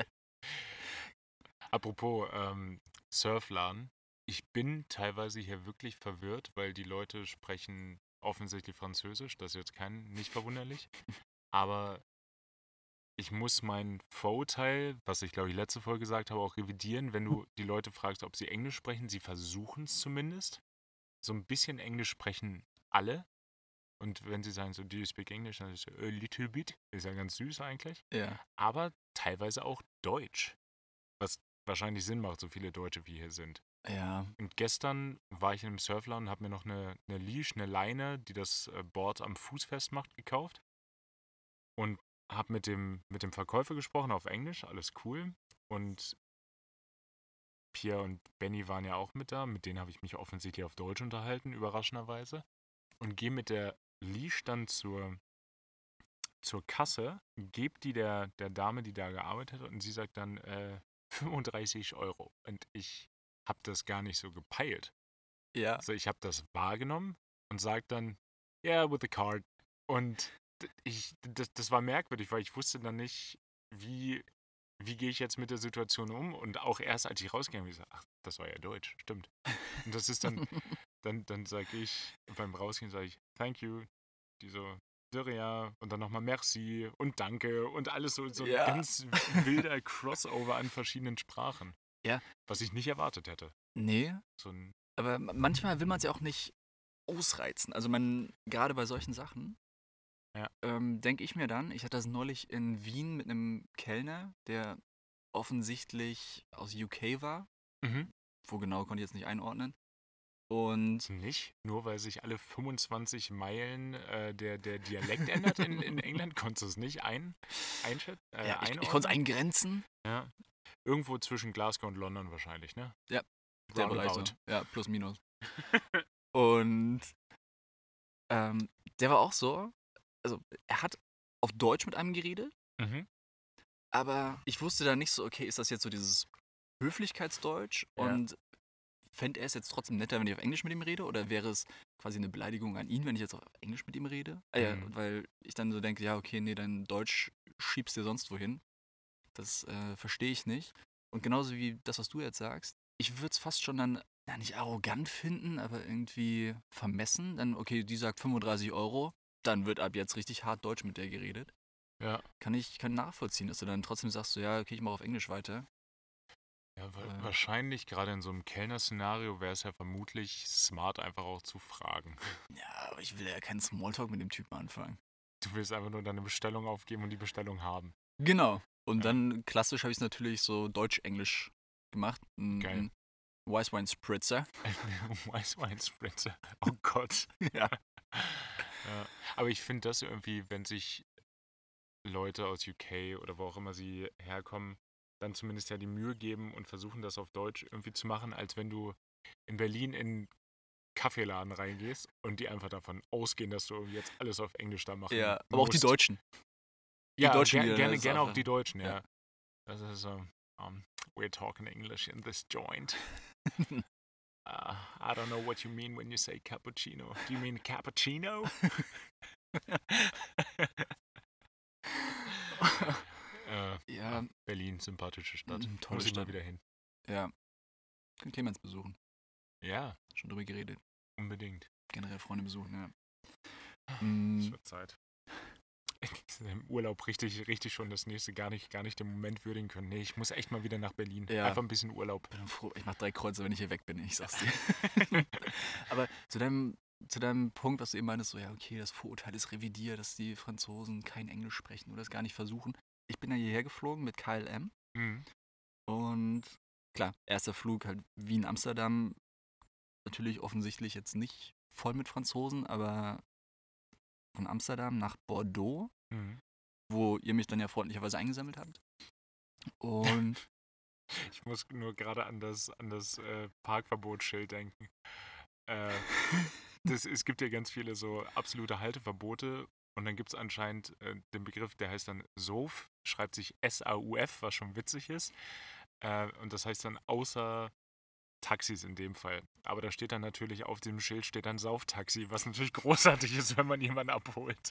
Apropos ähm, Surfladen. Ich bin teilweise hier wirklich verwirrt, weil die Leute sprechen offensichtlich Französisch. Das ist jetzt kein, nicht verwunderlich. Aber ich muss mein Vorurteil, was ich glaube ich letzte Folge gesagt habe, auch revidieren. Wenn du die Leute fragst, ob sie Englisch sprechen, sie versuchen es zumindest. So ein bisschen Englisch sprechen alle. Und wenn sie sagen so, do you speak English? Dann ist es so, a little bit. Ist ja ganz süß eigentlich. Ja. Aber teilweise auch Deutsch. Was wahrscheinlich Sinn macht, so viele Deutsche wie hier sind. Ja. Und gestern war ich in einem Surfladen und habe mir noch eine, eine Leash, eine Leine, die das äh, Board am Fuß festmacht, gekauft. Und habe mit dem, mit dem Verkäufer gesprochen auf Englisch, alles cool. Und Pierre und Benny waren ja auch mit da, mit denen habe ich mich offensichtlich auf Deutsch unterhalten, überraschenderweise. Und gehe mit der Leash dann zur, zur Kasse, gebe die der, der Dame, die da gearbeitet hat, und sie sagt dann äh, fünfunddreißig Euro. Und ich habe das gar nicht so gepeilt. Ja. Also ich habe das wahrgenommen und sage dann, yeah, with the card. Und d- ich, das, das war merkwürdig, weil ich wusste dann nicht, wie, wie gehe ich jetzt mit der Situation um. Und auch erst, als ich rausgegangen bin, ich gesagt, ach, das war ja Deutsch, stimmt. Und das ist dann, dann, dann sage ich, beim Rausgehen sage ich, thank you. Die so, de rien. Und dann nochmal merci und danke und alles so, so Ja. ein ganz wilder Crossover an verschiedenen Sprachen. Ja. Was ich nicht erwartet hätte. Nee, So ein, aber m- manchmal will man es ja auch nicht ausreizen. Also man, gerade bei solchen Sachen, Ja. ähm, denke ich mir dann, ich hatte das neulich in Wien mit einem Kellner, der offensichtlich aus U K war. mhm. Wo genau, konnte ich jetzt nicht einordnen. Und Nicht? Nur weil sich alle fünfundzwanzig Meilen äh, der, der Dialekt ändert in, in England, konntest du es nicht ein, einschätzen? Äh, ja, ich, ich konnte es einordnen? eingrenzen. Ja. Irgendwo zwischen Glasgow und London wahrscheinlich, ne? Ja, Der Bereich so. Roundabout. Ja, plus minus. Und ähm, der war auch so, also er hat auf Deutsch mit einem geredet, Mhm. aber ich wusste dann nicht so, okay, ist das jetzt so dieses Höflichkeitsdeutsch Ja. und fände er es jetzt trotzdem netter, wenn ich auf Englisch mit ihm rede, oder wäre es quasi eine Beleidigung an ihn, wenn ich jetzt auf Englisch mit ihm rede? Ah, ja, Mhm. weil ich dann so denke, ja, okay, nee, dein Deutsch schiebst dir sonst wohin. Das äh, verstehe ich nicht. Und genauso wie das, was du jetzt sagst, ich würde es fast schon dann, ja, nicht arrogant finden, aber irgendwie vermessen. Dann, okay, die sagt fünfunddreißig Euro, dann wird ab jetzt richtig hart Deutsch mit der geredet. Ja. Kann ich kann nachvollziehen, dass du dann trotzdem sagst, so, ja, okay, ich mache auf Englisch weiter. Ja, wa- Äh. wahrscheinlich gerade in so einem Kellner-Szenario wäre es ja vermutlich smart, einfach auch zu fragen. Ja, aber ich will ja keinen Smalltalk mit dem Typen anfangen. Du willst einfach nur deine Bestellung aufgeben und die Bestellung haben. Genau. Und Ja. dann klassisch habe ich es natürlich so Deutsch-Englisch gemacht. Ein, Geil. ein Weiss Wine Spritzer. Weiss Wine Spritzer. Oh Gott. Ja. Ja. Aber ich finde das irgendwie, wenn sich Leute aus U K oder wo auch immer sie herkommen, dann zumindest ja die Mühe geben und versuchen, das auf Deutsch irgendwie zu machen, als wenn du in Berlin in einen Kaffeeladen reingehst und die einfach davon ausgehen, dass du irgendwie jetzt alles auf Englisch da machen Ja, aber auch die musst. Deutschen. Die Ja, Deutschen ger wieder, gerne, das ist gerne auch einfach- die Deutschen, ja. ja. Das ist so, um, we're talking English in this joint. Uh, I don't know what you mean when you say cappuccino. Do you mean cappuccino? äh, Ja, Berlin, sympathische Stadt. Mm, tolle Muss ich mal Stadt. wieder hin. ja. Können Clemens besuchen. Ja, Schon drüber geredet. unbedingt. Generell Freunde besuchen, ja. Es Mm, wird Zeit. Im Urlaub richtig, richtig schon das nächste gar nicht, gar nicht den Moment würdigen können. Nee, ich muss echt mal wieder nach Berlin. Ja. Einfach ein bisschen Urlaub. bin froh. Ich mache drei Kreuze, wenn ich hier weg bin, ich sag's dir. Aber zu deinem, zu deinem Punkt, was du eben meintest, so, ja, okay, das Vorurteil ist revidiert, dass die Franzosen kein Englisch sprechen oder es gar nicht versuchen. Ich bin ja hierher geflogen mit K L M Mhm. und klar, erster Flug halt Wien-Amsterdam, natürlich offensichtlich jetzt nicht voll mit Franzosen, aber von Amsterdam nach Bordeaux, Mhm. wo ihr mich dann ja freundlicherweise eingesammelt habt. Und Ich muss nur gerade an das, an das äh, Parkverbotsschild denken. Äh, das, es gibt ja ganz viele so absolute Halteverbote und dann gibt es anscheinend äh, den Begriff, der heißt dann S A U F, schreibt sich S A U F, was schon witzig ist. Äh, und das heißt dann außer Taxis in dem Fall. Aber da steht dann natürlich auf dem Schild steht dann Sauftaxi, was natürlich großartig ist, wenn man jemanden abholt.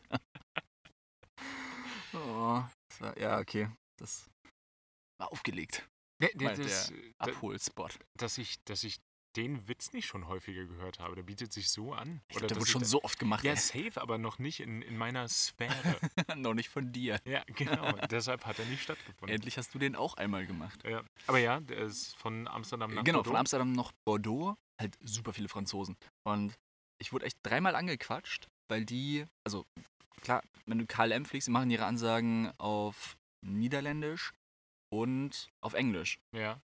oh, das war, ja, okay, das war aufgelegt. Ja, ja, Meint das, der da, Abholspot. dass, ich, dass ich den Witz nicht schon häufiger gehört habe. Der bietet sich so an. Ich Oder glaub, der dass wurde ich schon da, so oft gemacht. ja, ey. safe, aber noch nicht in, in meiner Sphäre. Noch nicht von dir. Ja, genau. Deshalb hat er nicht stattgefunden. Endlich hast du den auch einmal gemacht. Ja. Aber ja, der ist von Amsterdam nach Genau, Bordeaux. von Amsterdam nach Bordeaux, halt super viele Franzosen. Und ich wurde echt dreimal angequatscht, weil die, also klar, wenn du K L M fliegst, die machen ihre Ansagen auf Niederländisch und auf Englisch. Ja.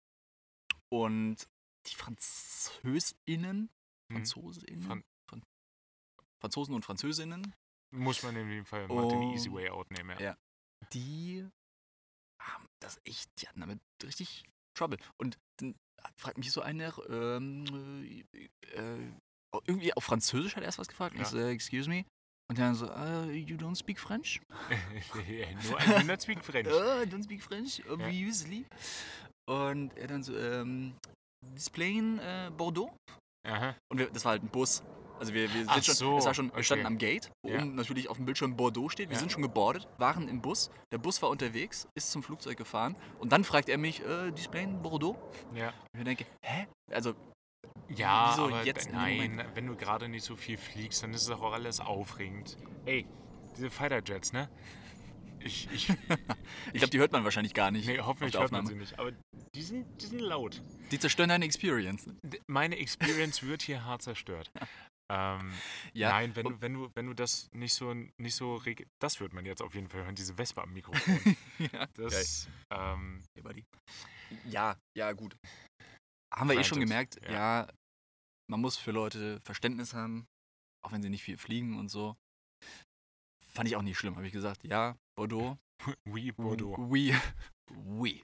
Und die FranzösInnen, Hm. FranzosInnen, Fran- Fran Franzosen und Französinnen, Muss man in dem Fall mal den Oh. Easy Way Out nehmen, ja. Ja. die haben das echt, die hatten damit richtig Trouble. Und dann fragt mich so einer, ähm, äh, äh, irgendwie auf Französisch hat er erst was gefragt. Und Ja. ich so, excuse me. Und dann so, uh, you don't speak French? Nur ein Hundert Speak French. Uh, don't speak French, obviously. Und er dann so, ähm, Displayen äh, Bordeaux? Aha. Und wir, das war halt ein Bus. Also wir, wir, Ach sind schon, so, das war schon, wir okay. standen am Gate, wo Ja. oben natürlich auf dem Bildschirm Bordeaux steht. Wir Ja. sind schon gebordet, waren im Bus. Der Bus war unterwegs, ist zum Flugzeug gefahren. Und dann fragt er mich, äh, Displayen Bordeaux? Ja. Und ich denke, hä? Also, Ja, wieso aber jetzt in dem nein, Moment? wenn du gerade nicht so viel fliegst, dann ist es auch alles aufregend. Ey, diese Fighter Jets, ne? Ich, ich, Ich glaube, die hört man wahrscheinlich gar nicht. nee, auf hoffentlich der hört man Aufnahme. sie nicht. Aber die sind, die sind laut. Die zerstören deine Experience. D- Meine Experience wird hier hart zerstört. Ähm, Ja, nein, wenn und- du, wenn du, wenn du das nicht so, nicht so, reg- das wird man jetzt auf jeden Fall hören, diese Vespa am Mikrofon. ja. Das, ähm, Hey, buddy. Ja, ja, gut. Haben wir eh schon Granted, gemerkt, ja. ja. Man muss für Leute Verständnis haben, auch wenn sie nicht viel fliegen und so. Fand ich auch nicht schlimm, habe ich gesagt. Ja, Bordeaux. oui, Bordeaux. Oui. Oui.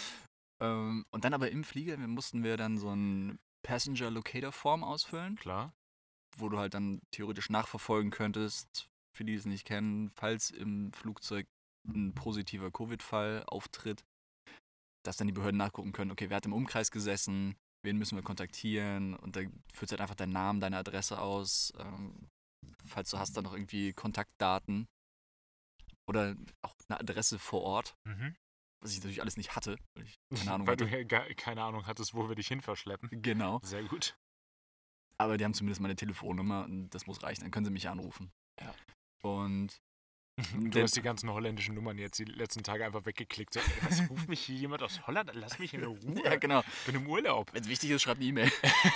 Ähm, und dann aber im Flieger wir mussten wir dann so ein Passenger Locator Form ausfüllen, Klar. wo du halt dann theoretisch nachverfolgen könntest, für die es nicht kennen, falls im Flugzeug ein positiver Covid-Fall auftritt, dass dann die Behörden nachgucken können, okay, wer hat im Umkreis gesessen, wen müssen wir kontaktieren und da führst du halt einfach deinen Namen, deine Adresse aus, ähm, falls du hast dann noch irgendwie Kontaktdaten oder auch eine Adresse vor Ort, Mhm. was ich natürlich alles nicht hatte, weil ich keine Ahnung Weil du hatte. ja gar keine Ahnung hattest, wo wir dich hin verschleppen. Genau, Sehr gut. aber die haben zumindest meine Telefonnummer und das muss reichen, dann können sie mich anrufen. Ja. Und Du Den- hast die ganzen holländischen Nummern jetzt die letzten Tage einfach weggeklickt. So, ey, was ruft mich hier jemand aus Holland? Lass mich in Ruhe. ja, genau. Ich bin im Urlaub. Wenn es wichtig ist, schreib eine E-Mail.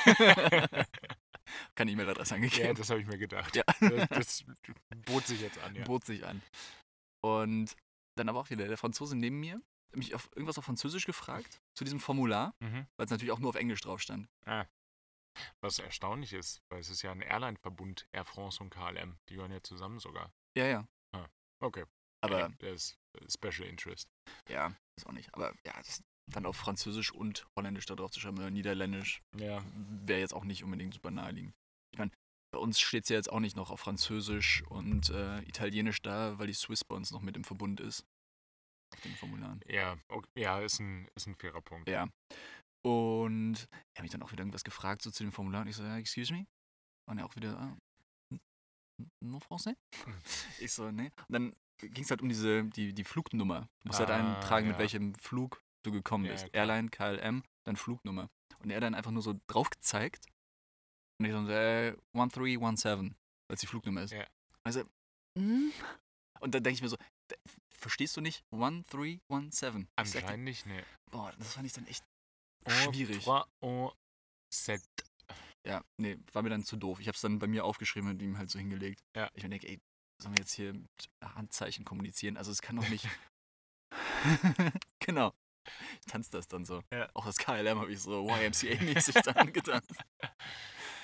Keine E-Mail-Adresse Ja, angegeben. das habe ich mir gedacht. Ja. Das, das bot sich jetzt an, ja. Bot sich an. Und dann aber auch wieder der Franzose neben mir hat mich auf irgendwas auf Französisch gefragt zu diesem Formular, Mhm. weil es natürlich auch nur auf Englisch drauf stand. Was erstaunlich ist, weil es ist ja ein Airline-Verbund, Air France und K L M. Die gehören ja zusammen sogar. Ja, ja. Okay. Aber Ey, der ist äh, Special Interest. ja, ist auch nicht. Aber ja, das dann auf Französisch und Holländisch da drauf zu schreiben oder Niederländisch Ja. wäre jetzt auch nicht unbedingt super naheliegend. Ich meine, bei uns steht es ja jetzt auch nicht noch auf Französisch und äh, Italienisch da, weil die Swiss bei uns noch mit im Verbund ist. Auf den Formularen. Ja, okay. Ja, ist ein, ist ein fairer Punkt. Ja. Und er hat mich dann auch wieder irgendwas gefragt, so zu dem Formular. Und ich so, ja, excuse me? Und er auch wieder, ah, n- n- non français? Hm. Ich so, nee. Und dann ging es halt um diese, die, die Flugnummer. Du musst halt Ah, eintragen, ja. mit welchem Flug du gekommen Ja, bist. ja, klar. Airline, K L M, dann Flugnummer. Und er dann einfach nur so drauf gezeigt. Und ich so, äh, one three one seven, weil es die Flugnummer ist. Ja. Also, mm. Und dann denke ich mir so, d- verstehst du nicht? one three one seven. Ich sag dir, Anscheinend nicht, ne. boah, das fand ich dann echt En schwierig. trois, en sept. Ja, nee, war mir dann zu doof. Ich habe es dann bei mir aufgeschrieben und ihm halt so hingelegt. Ja. Ich mir denke, ey, sollen wir jetzt hier mit Handzeichen kommunizieren? Also es kann doch nicht. Genau. Ich tanze das dann so. Ja. Auch das K L M habe ich so Y M C A-mäßig dann getanzt.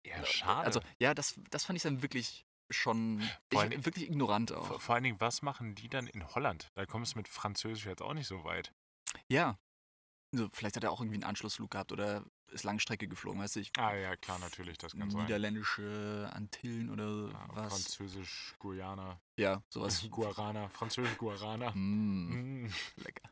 Ja, schade. Also, ja, das, das fand ich dann wirklich schon ich, Vor allen- wirklich ignorant auch. Vor, vor allen Dingen, was machen die dann in Holland? Da kommst du mit Französisch jetzt auch nicht so weit. Ja, also, vielleicht hat er auch irgendwie einen Anschlussflug gehabt oder ist Langstrecke geflogen, weißt du, ich Ah ja, klar, natürlich, das kann sein. niederländische Antillen oder Ah, was. Französisch, Guyana, Ja, sowas. Guarana, Französisch Guarana. Mm, Mm. lecker.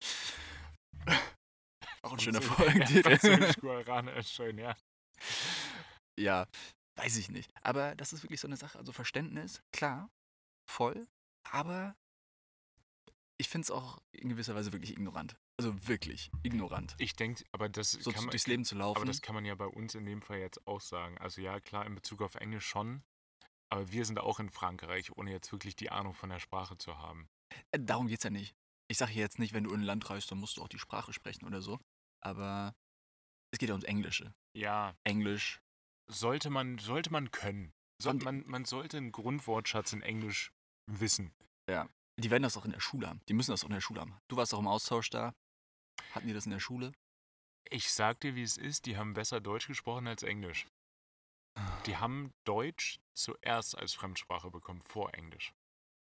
Auch ein schöner Französisch- ja, Folgentitel. Französisch Guarana ist schön, ja. Ja, weiß ich nicht. Aber das ist wirklich so eine Sache. Also Verständnis, klar, voll, aber ich finde es auch in gewisser Weise wirklich ignorant. Also wirklich ignorant. Ich denke, aber das So kann man, durchs Leben zu laufen. aber das kann man ja bei uns in dem Fall jetzt auch sagen. Also ja, klar, in Bezug auf Englisch schon, aber wir sind auch in Frankreich, ohne jetzt wirklich die Ahnung von der Sprache zu haben. Äh, Darum geht's ja nicht. Ich sage jetzt nicht, wenn du in ein Land reist, dann musst du auch die Sprache sprechen oder so. Aber es geht ja ums Englische. Ja, Englisch. sollte man, sollte man können. So, Und- man, man sollte einen Grundwortschatz in Englisch wissen. Die werden das auch in der Schule haben. Die müssen das auch in der Schule haben. Du warst auch im Austausch da. Hatten die das in der Schule? Ich sag dir, wie es ist, die haben besser Deutsch gesprochen als Englisch. Die haben Deutsch zuerst als Fremdsprache bekommen, vor Englisch.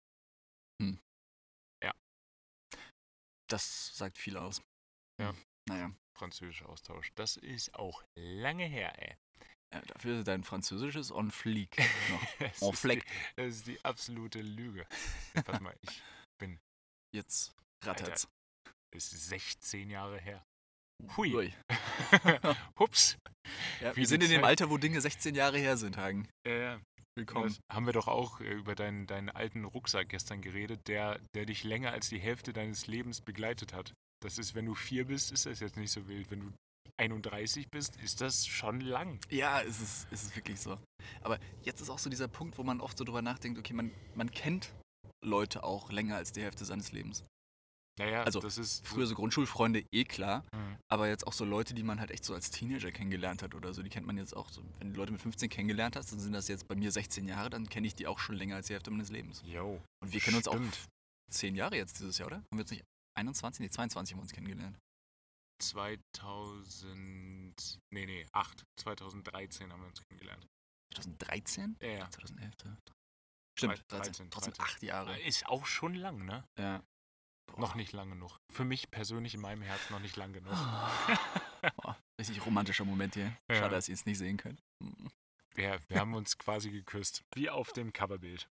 Das sagt viel aus. Ja. Hm. Naja. Französischer Austausch. Das ist auch lange her, ey. Ja, dafür ist dein Französisches on fleek noch. Das En ist, fleck. die, das ist die absolute Lüge. Warte mal, ich Jetzt rattert's. ist sechzehn Jahre her. Hui. Ui. Hups. Ja, Wie wir sind die in dem Zeit- Alter, wo Dinge sechzehn Jahre her sind, Hagen. Äh, Willkommen. das haben wir doch auch äh, über deinen, deinen alten Rucksack gestern geredet, der, der dich länger als die Hälfte deines Lebens begleitet hat. Das ist, wenn du vier bist, ist das jetzt nicht so wild. Wenn du einunddreißig bist, ist das schon lang. Ja, es ist, es ist wirklich so. Aber jetzt ist auch so dieser Punkt, wo man oft so drüber nachdenkt, okay, man, man kennt Leute auch länger als die Hälfte seines Lebens. Naja, Also, das ist. Früher so Grundschulfreunde, eh klar. Mhm. Aber jetzt auch so Leute, die man halt echt so als Teenager kennengelernt hat oder so, die kennt man jetzt auch so. Wenn du Leute mit fünfzehn kennengelernt hast, dann sind das jetzt bei mir sechzehn Jahre, dann kenne ich die auch schon länger als die Hälfte meines Lebens. Jo. Und wir kennen uns Stimmt. auch zehn Jahre jetzt dieses Jahr, oder? Haben wir uns nicht einundzwanzig, nee, zweiundzwanzig haben wir uns kennengelernt. zweitausend. Nee, nee, acht. zweitausenddreizehn haben wir uns kennengelernt. zweitausenddreizehn? Ja, ja. zweitausendelf. Stimmt, dreizehn, dreizehn. Trotzdem dreizehn. acht Jahre. Ist auch schon lang, ne? Ja. Noch nicht lang genug. Für mich persönlich in meinem Herzen noch nicht lang genug. Boah, richtig romantischer Moment hier. Ja. Schade, dass ihr es nicht sehen könnt. Mhm. Ja, wir haben uns quasi geküsst. Wie auf dem Coverbild.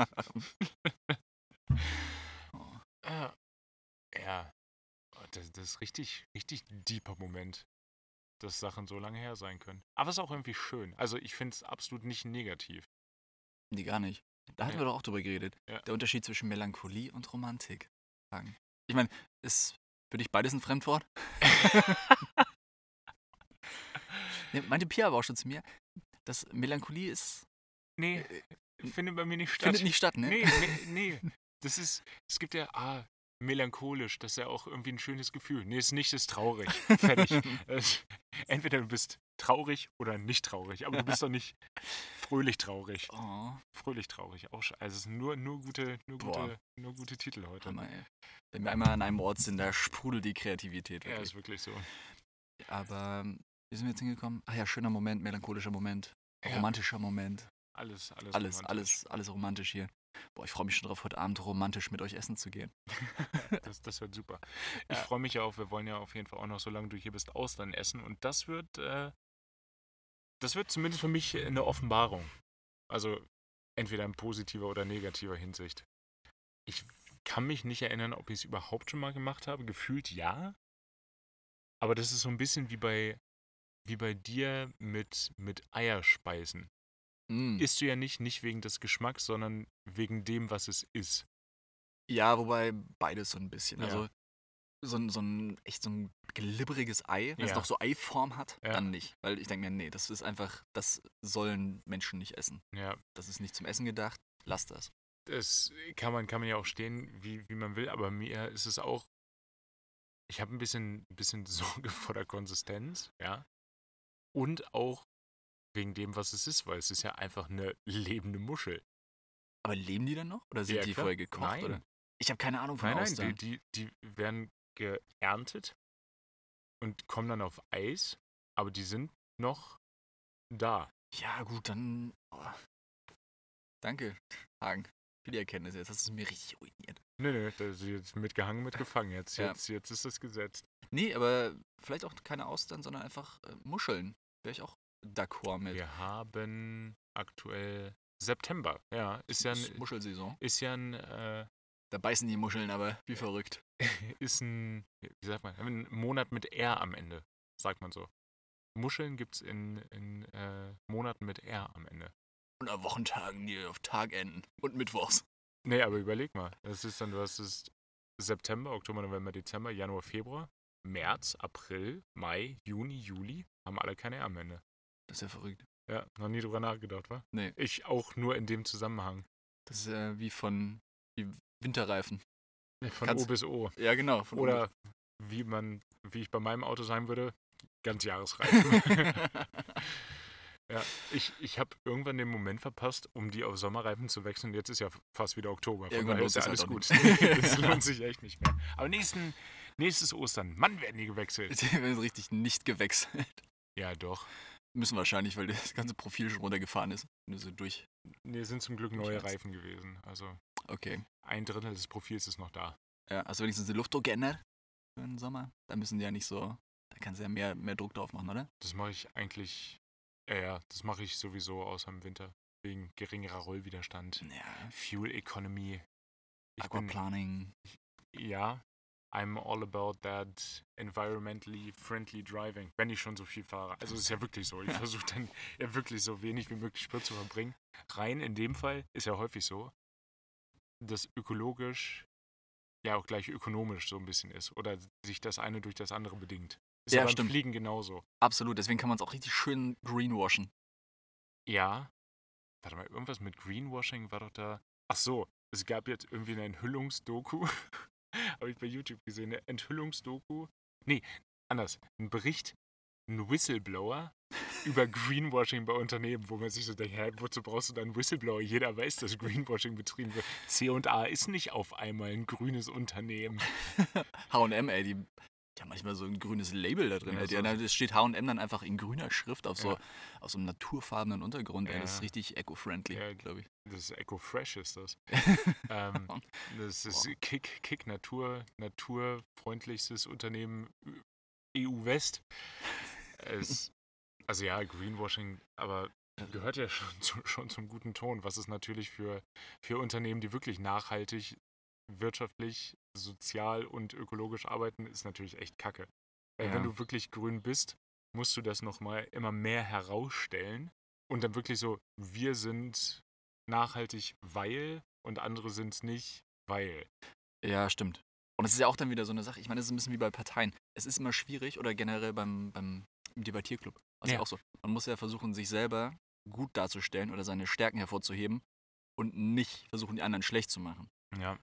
Oh. Äh, ja. Oh, Das, das ist richtig, richtig deeper Moment, dass Sachen so lange her sein können. Aber es ist auch irgendwie schön. Also ich finde es absolut nicht negativ. Nee, gar nicht. Da hatten Ja. wir doch auch drüber geredet. Ja. Der Unterschied zwischen Melancholie und Romantik. Sagen. Ich meine, ist für dich beides ein Fremdwort? Nee, meinte Pia aber auch schon zu mir, dass Melancholie ist, Nee, äh, findet bei mir nicht statt. findet nicht statt, ne? Nee, nee, nee. Das ist, es gibt ja, ah, melancholisch, das ist ja auch irgendwie ein schönes Gefühl. Nee, ist nicht, ist traurig. Fertig. Es- Entweder du bist traurig oder nicht traurig, aber du bist doch nicht fröhlich traurig. Oh, Fröhlich traurig, auch sch- also es sind nur, nur, gute, nur, Boah. gute, nur gute Titel heute. Hammer, ey. Wenn wir einmal an einem Ort sind, da sprudelt die Kreativität. Ja, Wirklich. ist wirklich so. Aber ähm, wie sind wir jetzt hingekommen? Ach ja, schöner Moment, melancholischer Moment, Ja. romantischer Moment. Alles, alles. Alles, romantisch. alles, alles romantisch hier. Boah, ich freue mich schon drauf, heute Abend romantisch mit euch essen zu gehen. Das, das wird super. Ich Ja. freue mich ja auch, wir wollen ja auf jeden Fall auch noch, solange du hier bist, Austern essen. Und das wird, äh, das wird zumindest für mich eine Offenbarung. Also entweder in positiver oder negativer Hinsicht. Ich kann mich nicht erinnern, ob ich es überhaupt schon mal gemacht habe. Gefühlt ja. Aber das ist so ein bisschen wie bei, wie bei dir mit, mit Eierspeisen. Mm. Isst du ja nicht, nicht wegen des Geschmacks, sondern wegen dem, was es ist. Ja, wobei beides so ein bisschen. Ja. Also so ein, so ein echt so ein glibberiges Ei, wenn es Ja. noch so Eiform hat, Ja. dann nicht. Weil ich denke mir, nee, das ist einfach, das sollen Menschen nicht essen. Ja, Das ist nicht zum Essen gedacht, lass das. das kann man, kann man ja auch stehen, wie, wie man will, aber mir ist es auch, ich habe ein bisschen, bisschen Sorge vor der Konsistenz, ja. Und auch wegen dem, was es ist, weil es ist ja einfach eine lebende Muschel. Aber leben die dann noch? Oder sind Ja, die klar. vorher gekocht? Nein. Oder? Ich habe keine Ahnung von Nein, nein, Austern. die, die, die werden geerntet und kommen dann auf Eis, aber die sind noch da. Ja, gut, dann. Oh. Danke, Hagen, für die Erkenntnisse. Jetzt hast du es mir richtig ruiniert. Nö, nö, das ist jetzt mitgehangen, mitgefangen. Jetzt, Ja. jetzt, jetzt ist das gesetzt. Nee, aber vielleicht auch keine Austern, sondern einfach äh, Muscheln. Wäre ich auch d'accord mit. Wir haben aktuell September. Ja, ist ja Ist ein, Muschelsaison. ist ja ein, äh, Da beißen die Muscheln aber wie verrückt. ist ein, wie sagt man, ein Monat mit R am Ende, sagt man so. Muscheln gibt es in, in äh, Monaten mit R am Ende. Und an Wochentagen, die auf Tag enden. Und Mittwochs. Nee, aber überleg mal. Das ist dann, du hast es September, Oktober, November, Dezember, Januar, Februar, März, April, Mai, Juni, Juli. Haben alle keine R am Ende. Das ist ja verrückt. Ja, noch nie drüber nachgedacht, wa? Nee. Ich auch nur in dem Zusammenhang. Das ist ja wie von wie Winterreifen. Von Kannst- O bis O. Ja, genau. Von Oder wie man, wie ich bei meinem Auto sagen würde, Ganzjahresreifen. Ja, ich, ich habe irgendwann den Moment verpasst, um die auf Sommerreifen zu wechseln. Jetzt ist ja fast wieder Oktober. Von Irgendwann daher lohnt ist ja es alles halt auch gut. nicht. Das lohnt sich echt nicht mehr. Aber nächsten, nächstes Ostern, Mann, werden die gewechselt. Die werden richtig nicht gewechselt. Ja, doch. Müssen wahrscheinlich, weil das ganze Profil schon runtergefahren ist. Wenn du so durch. Nee, sind zum Glück neue Reifen gewesen. Also Okay. ein Drittel des Profils ist noch da. Ja, also wenigstens eine Luftdruck geändert für den Sommer. Da müssen die ja nicht so. Da kannst du ja mehr, mehr Druck drauf machen, oder? Das mache ich eigentlich, äh, ja, das mache ich sowieso außer im Winter. Wegen geringerer Rollwiderstand. Ja. Fuel Economy. Ich bin, Aquaplaning. ja, I'm all about that environmentally friendly driving, wenn ich schon so viel fahre. Also es ist ja wirklich so. Ich versuche dann ja wirklich so wenig wie möglich Sprit zu verbringen. Rein in dem Fall ist ja häufig so, dass ökologisch ja auch gleich ökonomisch so ein bisschen ist. Oder sich das eine durch das andere bedingt. Ist Ja, ja beim stimmt. Fliegen genauso. Absolut, deswegen kann man es auch richtig schön greenwashen. Ja. Warte mal, irgendwas mit Greenwashing war doch da. Ach so, es gab jetzt irgendwie eine Enthüllungsdoku. Habe ich bei YouTube gesehen, eine Enthüllungsdoku. Nee, anders. Ein Bericht, ein Whistleblower über Greenwashing bei Unternehmen, wo man sich so denkt, hä, wozu brauchst du da einen Whistleblower? Jeder weiß, dass Greenwashing betrieben wird. C und A ist nicht auf einmal ein grünes Unternehmen. H und M, ey, die, die haben manchmal so ein grünes Label da drin. Ja, ey. so. Die, da steht H und M dann einfach in grüner Schrift auf so, Ja. auf so einem naturfarbenen Untergrund. Ey. Ja. Das ist richtig eco-friendly, Ja. glaube ich. Das ist Eco-Fresh ist das. ähm, das ist Boah. Kick, Kick Natur, naturfreundlichstes Unternehmen E U-West. Es, also ja, Greenwashing, aber gehört ja schon, zu, schon zum guten Ton, was es natürlich für, für Unternehmen, die wirklich nachhaltig, wirtschaftlich, sozial und ökologisch arbeiten, ist natürlich echt kacke. Weil Ja. wenn du wirklich grün bist, musst du das nochmal immer mehr herausstellen und dann wirklich so, wir sind nachhaltig, weil und andere sind es nicht, weil. Ja, stimmt. Und es ist ja auch dann wieder so eine Sache. Ich meine, es ist ein bisschen wie bei Parteien. Es ist immer schwierig oder generell beim, beim im Debattierclub. Also ja Ja. auch so. Man muss ja versuchen, sich selber gut darzustellen oder seine Stärken hervorzuheben und nicht versuchen, die anderen schlecht zu machen. Ja.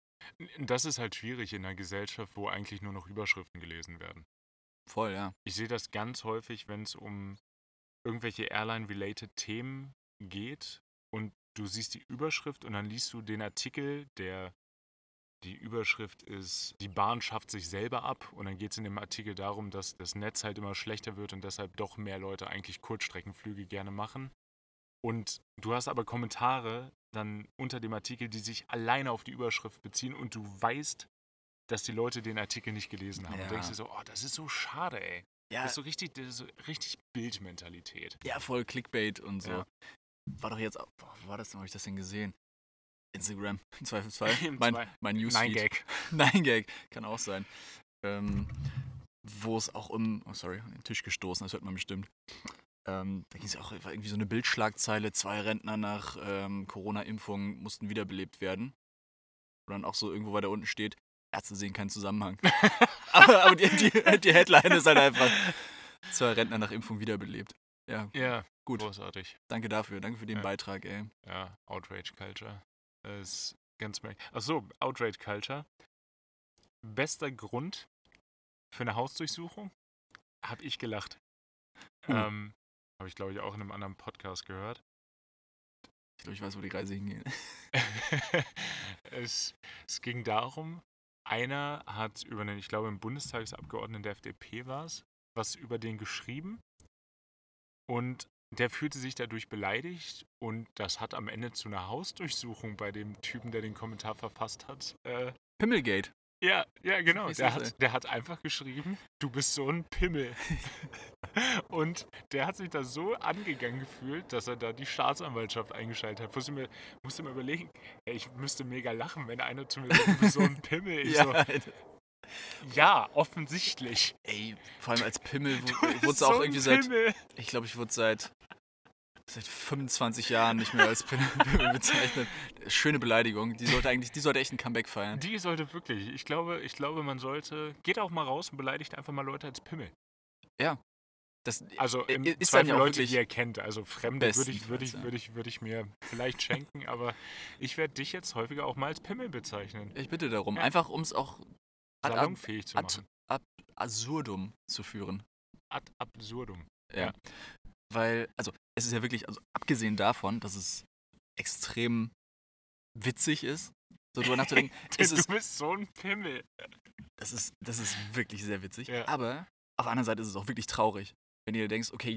Das ist halt schwierig in einer Gesellschaft, wo eigentlich nur noch Überschriften gelesen werden. Voll, ja. Ich sehe das ganz häufig, wenn es um irgendwelche Airline-related Themen geht und du siehst die Überschrift und dann liest du den Artikel, der die Überschrift ist, die Bahn schafft sich selber ab und dann geht es in dem Artikel darum, dass das Netz halt immer schlechter wird und deshalb doch mehr Leute eigentlich Kurzstreckenflüge gerne machen. Und du hast aber Kommentare dann unter dem Artikel, die sich alleine auf die Überschrift beziehen und du weißt, dass die Leute den Artikel nicht gelesen haben. Ja. Und denkst dir so, oh, das ist so schade, ey. Ja, Das ist so richtig, das ist so richtig Bildmentalität. ja, voll Clickbait und so. Ja. War doch jetzt, auch- boah, wo war das denn, habe ich das denn gesehen? Instagram, im Zweifelsfall. Im mein, Zwei- mein Newsfeed. Nein, Gag. Nein, Gag, kann auch sein. Ähm, wo es auch um, oh sorry, an den Tisch gestoßen, das hört man bestimmt. Ähm, da ging es auch war irgendwie so eine Bildschlagzeile, zwei Rentner nach ähm, Corona-Impfung mussten wiederbelebt werden. Wo dann auch so irgendwo weiter unten steht, Ärzte sehen keinen Zusammenhang. aber aber die, die, die Headline ist halt einfach, zwei Rentner nach Impfung wiederbelebt. Ja, Ja, gut. großartig. Danke dafür, danke für den Ja. Beitrag, ey. Ja, Outrage Culture. Das ist ganz merkwürdig. Achso, Outrage Culture. Bester Grund für eine Hausdurchsuchung? Hab ich gelacht. Uh. Ähm, Habe ich, glaube ich, auch in einem anderen Podcast gehört. Ich glaube, ich weiß, wo die Reise hingeht. es, es ging darum, einer hat über einen, ich glaube, einen Bundestagsabgeordneten der F D P war es, was über den geschrieben. Und der fühlte sich dadurch beleidigt und das hat am Ende zu einer Hausdurchsuchung bei dem Typen, der den Kommentar verfasst hat. Äh, Pimmelgate. ja, ja, genau. Nicht so Der sein. hat, der hat einfach geschrieben, du bist so ein Pimmel. Und der hat sich da so angegangen gefühlt, dass er da die Staatsanwaltschaft eingeschaltet hat. Musste mir, musste mir überlegen, ey, ich müsste mega lachen, wenn einer zu mir sagt, du bist so ein Pimmel. Ich so, Ja, ja, offensichtlich. ey, vor allem als Pimmel Du wurde bist es auch so ein irgendwie seit, Pimmel. ich glaube, ich wurde seit, seit fünfundzwanzig Jahren nicht mehr als Pimmel Pimmel bezeichnet. Schöne Beleidigung. Die sollte eigentlich, die sollte echt ein Comeback feiern. Die sollte wirklich, ich glaube, ich glaube, man sollte, geht auch mal raus und beleidigt einfach mal Leute als Pimmel. Ja. Das Also im ist dann Zweifel ja auch Leute, wirklich die ihr kennt. Also Fremde würde ich, würde bestenfalls, ich, ja. würde ich, würde ich mir vielleicht schenken, aber ich werde dich jetzt häufiger auch mal als Pimmel bezeichnen. Ich bitte darum. Ja. Einfach, um es auch ad, ab, Salonfähig zu ad, machen. ab absurdum zu führen. Ad absurdum. Ja. Ja. Weil, also, es ist ja wirklich, also abgesehen davon, dass es extrem witzig ist, so drüber nachzudenken, ist Du es, bist so ein Pimmel. das ist, das ist wirklich sehr witzig. Ja. Aber auf der anderen Seite ist es auch wirklich traurig, wenn ihr denkst, okay,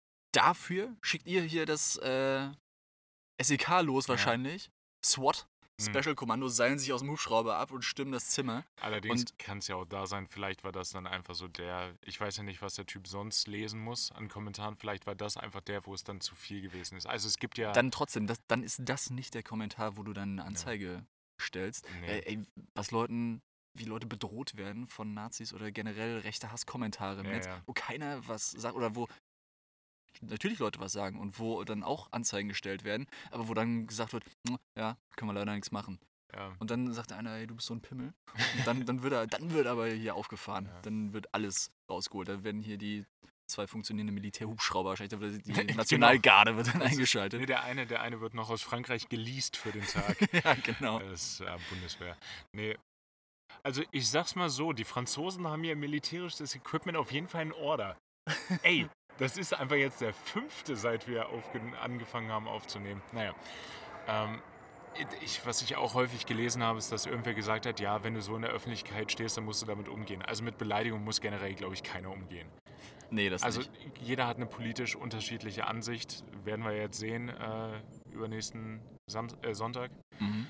dafür schickt ihr hier das äh, S E K los wahrscheinlich. SWAT, Mhm. Special Kommando, seilen sich aus dem Hubschrauber ab und stimmen das Zimmer. Allerdings Und- kann es ja auch da sein, vielleicht war das dann einfach so der, ich weiß ja nicht, was der Typ sonst lesen muss an Kommentaren, vielleicht war das einfach der, wo es dann zu viel gewesen ist. Also es gibt ja... Dann trotzdem, das, dann ist das nicht der Kommentar, wo du dann eine Anzeige stellst. Nee. Weil, ey, was Leuten, wie Leute bedroht werden von Nazis oder generell rechte Hasskommentare im Ja, Netz, ja. wo keiner was sagt oder wo natürlich Leute was sagen und wo dann auch Anzeigen gestellt werden, aber wo dann gesagt wird, "Hm, ja, können wir leider nichts machen." ja. Und dann sagt einer, ey, du bist so ein Pimmel. Und dann, dann, wird er, dann wird aber hier aufgefahren. Ja. Dann wird alles rausgeholt. Dann werden hier die zwei funktionierende Militärhubschrauber, wahrscheinlich da wird die Genau. Nationalgarde wird dann Das ist- eingeschaltet. Nee, der eine, der eine wird noch aus Frankreich geleast für den Tag. Ja, genau. Das ist äh, Bundeswehr. Nee. Also ich sag's mal so, die Franzosen haben ihr militärisches Equipment auf jeden Fall in Order. Ey, das ist einfach jetzt der fünfte, seit wir aufge- angefangen haben aufzunehmen. Naja. Ähm, ich, was ich auch häufig gelesen habe, ist, dass irgendwer gesagt hat, ja, wenn du so in der Öffentlichkeit stehst, dann musst du damit umgehen. Also mit Beleidigung muss generell, glaube ich, keiner umgehen. Nee, das Also nicht. jeder hat eine politisch unterschiedliche Ansicht. Werden wir jetzt sehen, äh, übernächsten Sam äh, Sonntag. Mhm.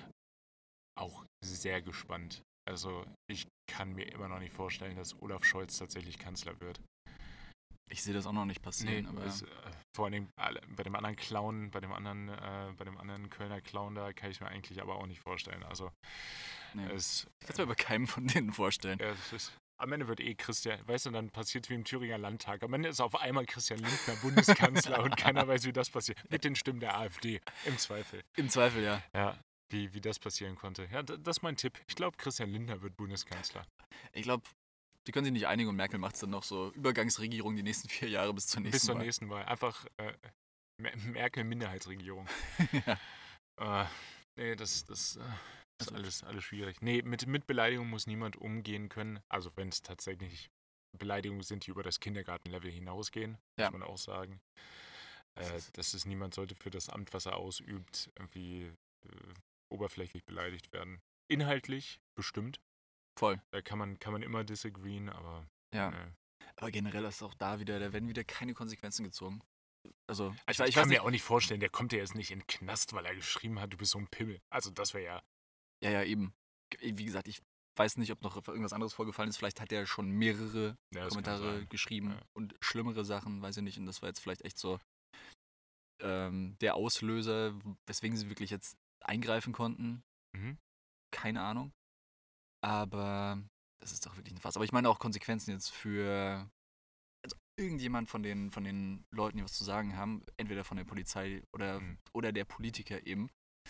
Auch sehr gespannt. Also ich kann mir immer noch nicht vorstellen, dass Olaf Scholz tatsächlich Kanzler wird. Ich sehe das auch noch nicht passieren, aber es, äh, vor allem alle, bei dem anderen Clown, bei dem anderen, äh, bei dem anderen Kölner Clown, da kann ich mir eigentlich aber auch nicht vorstellen. Also nee. es, Ich kann es mir bei keinem von denen vorstellen. ja, es ist, am Ende wird eh Christian, weißt du, dann passiert wie im Thüringer Landtag. Am Ende ist auf einmal Christian Lindner Bundeskanzler und keiner weiß, wie das passiert. Mit den Stimmen der AfD, im Zweifel. Im Zweifel, ja. Ja, wie, wie das passieren konnte. Ja, d- das ist mein Tipp. Ich glaube, Christian Lindner wird Bundeskanzler. Ich glaube, die können sich nicht einigen und Merkel macht es dann noch so Übergangsregierung die nächsten vier Jahre bis zur nächsten Bis zur Wahl. nächsten Wahl. Einfach äh, Mer- Merkel-Minderheitsregierung. Ja. Äh, nee, das, das äh, ist Also- alles, alles schwierig. Nee, mit, mit Beleidigung muss niemand umgehen können. Also wenn es tatsächlich Beleidigungen sind, die über das Kindergartenlevel hinausgehen, Ja. muss man auch sagen. Das Äh, ist- dass es niemand sollte für das Amt, was er ausübt, irgendwie äh, oberflächlich beleidigt werden. Inhaltlich bestimmt. Voll. Da kann man, kann man immer disagreeen, aber Ja. äh, Aber generell ist auch da wieder, da werden wieder keine Konsequenzen gezogen. Also, ich, also we- ich, ich kann weiß mir nicht. auch nicht vorstellen, der kommt ja jetzt nicht in den Knast, weil er geschrieben hat, du bist so ein Pimmel. Also das wäre ja... Ja, ja, eben. Wie gesagt, ich weiß nicht, ob noch irgendwas anderes vorgefallen ist. Vielleicht hat er schon mehrere Ja, das kann Kommentare sein. geschrieben Ja. und schlimmere Sachen, weiß ich nicht. Und das war jetzt vielleicht echt so ähm, der Auslöser, weswegen sie wirklich jetzt eingreifen konnten. Mhm. Keine Ahnung. Aber das ist doch wirklich eine Farce. Aber ich meine auch Konsequenzen jetzt für also irgendjemand von den, von den Leuten, die was zu sagen haben, entweder von der Polizei oder, Mhm. oder der Politiker eben,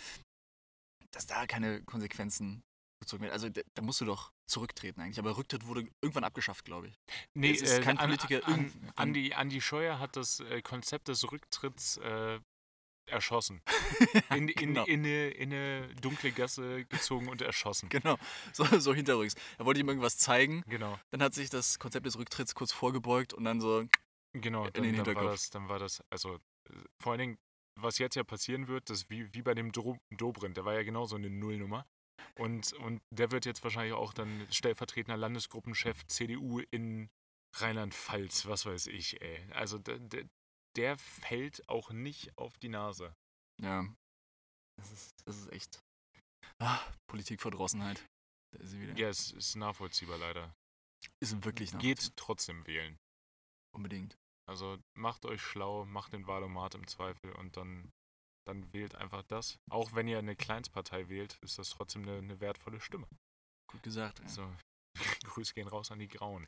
dass da keine Konsequenzen gezogen werden. Also da, da musst du doch zurücktreten eigentlich. Aber Rücktritt wurde irgendwann abgeschafft, glaube ich. Nee, Es ist äh, kein An- Politiker An, irgendwann- Andi, Andi Scheuer hat das äh, Konzept des Rücktritts äh, erschossen. In, in, genau. in, eine, in eine dunkle Gasse gezogen und erschossen. Genau, so, so hinterrücks. Er wollte ihm irgendwas zeigen, Genau, dann hat sich das Konzept des Rücktritts kurz vorgebeugt und dann so, genau. In Dann, den dann, war Hinterkopf. das, dann war das, also äh, vor allen Dingen, was jetzt ja passieren wird, das ist wie, wie bei dem Dro Dobrindt, der war ja genauso eine Nullnummer. Und, und der wird jetzt wahrscheinlich auch dann stellvertretender Landesgruppenchef C D U in Rheinland-Pfalz, was weiß ich, ey. Also der, der, der fällt auch nicht auf die Nase. Ja. Das ist, das ist echt. Ah, Politikverdrossenheit. Da ist sie wieder. Ja, es ist nachvollziehbar leider. Ist wirklich nach. Geht trotzdem wählen. Unbedingt. Also macht euch schlau, macht den Wahlomat im Zweifel und dann, dann wählt einfach das. Auch wenn ihr eine Kleinstpartei wählt, ist das trotzdem eine, eine wertvolle Stimme. Gut gesagt. Ja. So, Grüße gehen raus an die Grauen.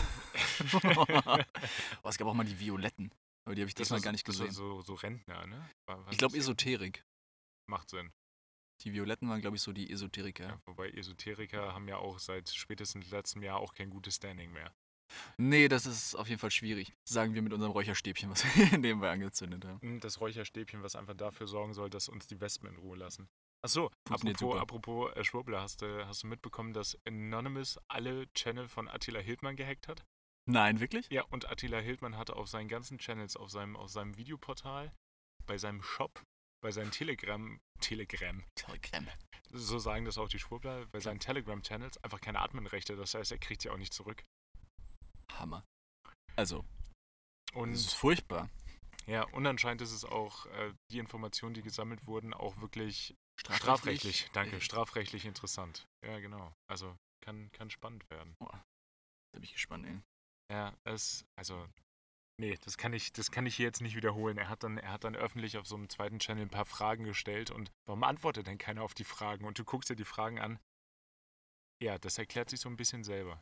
Oh, es gab auch mal die Violetten. Aber die habe ich Das diesmal ist- gar nicht das gesehen. ist So, so Rentner, ne? War- was Ich glaube ist- Esoterik. Macht Sinn. Die Violetten waren, glaube ich, so die Esoteriker. Ja, wobei Esoteriker haben ja auch seit spätestens letztem Jahr auch kein gutes Standing mehr. Nee, das ist auf jeden Fall schwierig. Sagen wir mit unserem Räucherstäbchen, was wir nebenbei angezündet haben. Hm, Das Räucherstäbchen, was einfach dafür sorgen soll, dass uns die Wespen in Ruhe lassen. Achso, Funktioniert apropos, super. apropos äh, Schwurbler, hast du, hast du mitbekommen, dass Anonymous alle Channel von Attila Hildmann gehackt hat? Nein, wirklich? Ja, und Attila Hildmann hatte auf seinen ganzen Channels, auf seinem, auf seinem Videoportal, bei seinem Shop, bei seinen Telegram, Telegram, Telegram. so sagen das auch die Schwurbler, bei seinen Telegram-Channels einfach keine Adminrechte. Das heißt, er kriegt sie auch nicht zurück. Hammer. Also, Und das ist furchtbar. ja, und anscheinend ist es auch, äh, die Informationen, die gesammelt wurden, auch wirklich Strafrechtlich? strafrechtlich, danke, Äh. strafrechtlich interessant. Ja, genau. Also kann, kann spannend werden. Da bin ich gespannt, ey. Ja, es, also, nee, das kann ich, das kann ich hier jetzt nicht wiederholen. Er hat dann, er hat dann öffentlich auf so einem zweiten Channel ein paar Fragen gestellt und warum antwortet denn keiner auf die Fragen? Und du guckst dir die Fragen an. Ja, das erklärt sich so ein bisschen selber.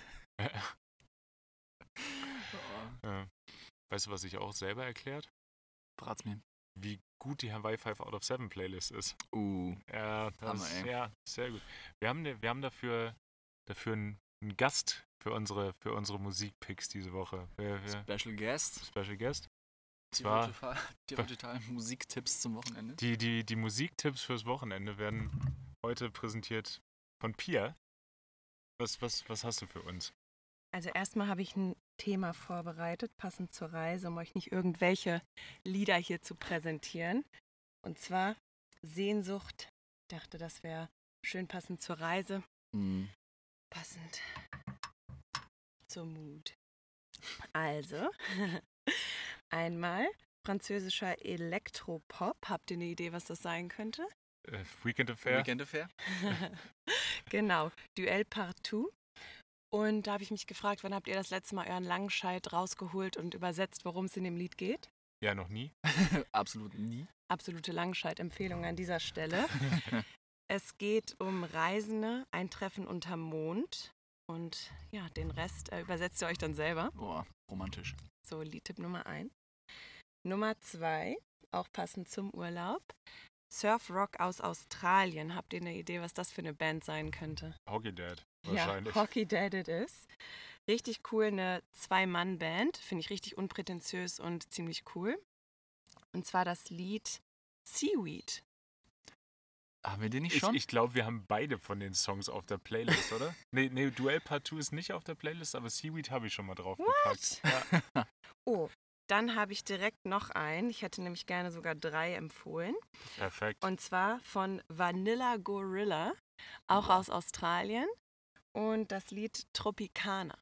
Ja. Weißt du, was sich auch selber erklärt? Brat's mir. Wie gut die Hawaii five out of seven Playlist ist. Uh, Ja, das, Hammer, ey. ja, sehr gut. Wir haben, ne, wir haben dafür, dafür einen, einen Gast für unsere, für unsere Musikpicks diese Woche. Wir, wir, Special Guest. Special Guest. Zwar- Digital Musiktipps zum Wochenende. Die, die, die Musiktipps fürs Wochenende werden heute präsentiert von Pia. Was, was, was hast du für uns? Also erstmal habe ich ein Thema vorbereitet, passend zur Reise, um euch nicht irgendwelche Lieder hier zu präsentieren. Und zwar Sehnsucht. Ich dachte, das wäre schön passend zur Reise, Hm. passend zur Mut. Also, einmal französischer Elektropop. Habt ihr eine Idee, was das sein könnte? Äh, Weekend Affair? Weekend Affair? Genau, Duell Partout. Und da habe ich mich gefragt, wann habt ihr das letzte Mal euren Langscheid rausgeholt und übersetzt, worum es in dem Lied geht? Ja, noch nie. Absolut nie. Absolute Langscheid-Empfehlung an dieser Stelle. Es geht um Reisende, ein Treffen unterm Mond. Und ja, den Rest äh, übersetzt ihr euch dann selber. Boah, romantisch. So, Liedtipp Nummer eins. Nummer zwei, auch passend zum Urlaub. Surf Rock aus Australien. Habt ihr eine Idee, was das für eine Band sein könnte? Hockey Dad. Wahrscheinlich. Ja, Hockey Dad it is. Richtig cool, eine Zwei-Mann-Band. Finde ich richtig unprätentiös und ziemlich cool. Und zwar das Lied Seaweed. Haben wir den nicht Ich, schon? ich glaube, wir haben beide von den Songs auf der Playlist, oder? Nee, nee, Duell Partout ist nicht auf der Playlist, aber Seaweed habe ich schon mal drauf gepackt. Ja. Oh, dann habe ich direkt noch einen. Ich hätte nämlich gerne sogar drei empfohlen. Perfekt. Und zwar von Vanilla Gorilla, auch aus Australien. Und das Lied Tropicana.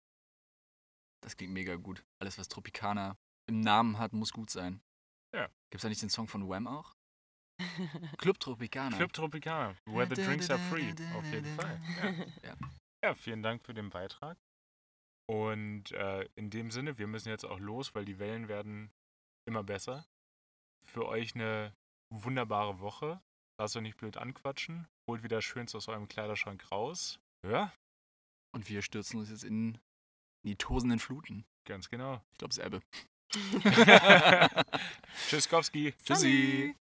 Das klingt mega gut. Alles, was Tropicana im Namen hat, muss gut sein. Ja. Gibt's da nicht den Song von Wham auch? Club Tropicana. Club Tropicana, where the drinks are free. Auf jeden Fall. Ja. Ja. Ja, vielen Dank für den Beitrag. Und äh, in dem Sinne, wir müssen jetzt auch los, weil die Wellen werden immer besser. Für euch eine wunderbare Woche. Lasst euch nicht blöd anquatschen. Holt wieder schönst aus eurem Kleiderschrank raus. Ja, Und wir stürzen uns jetzt in die tosenden Fluten. ganz genau. Ich glaube, es ist Ebbe. Tschüsskowski. Tschüssi.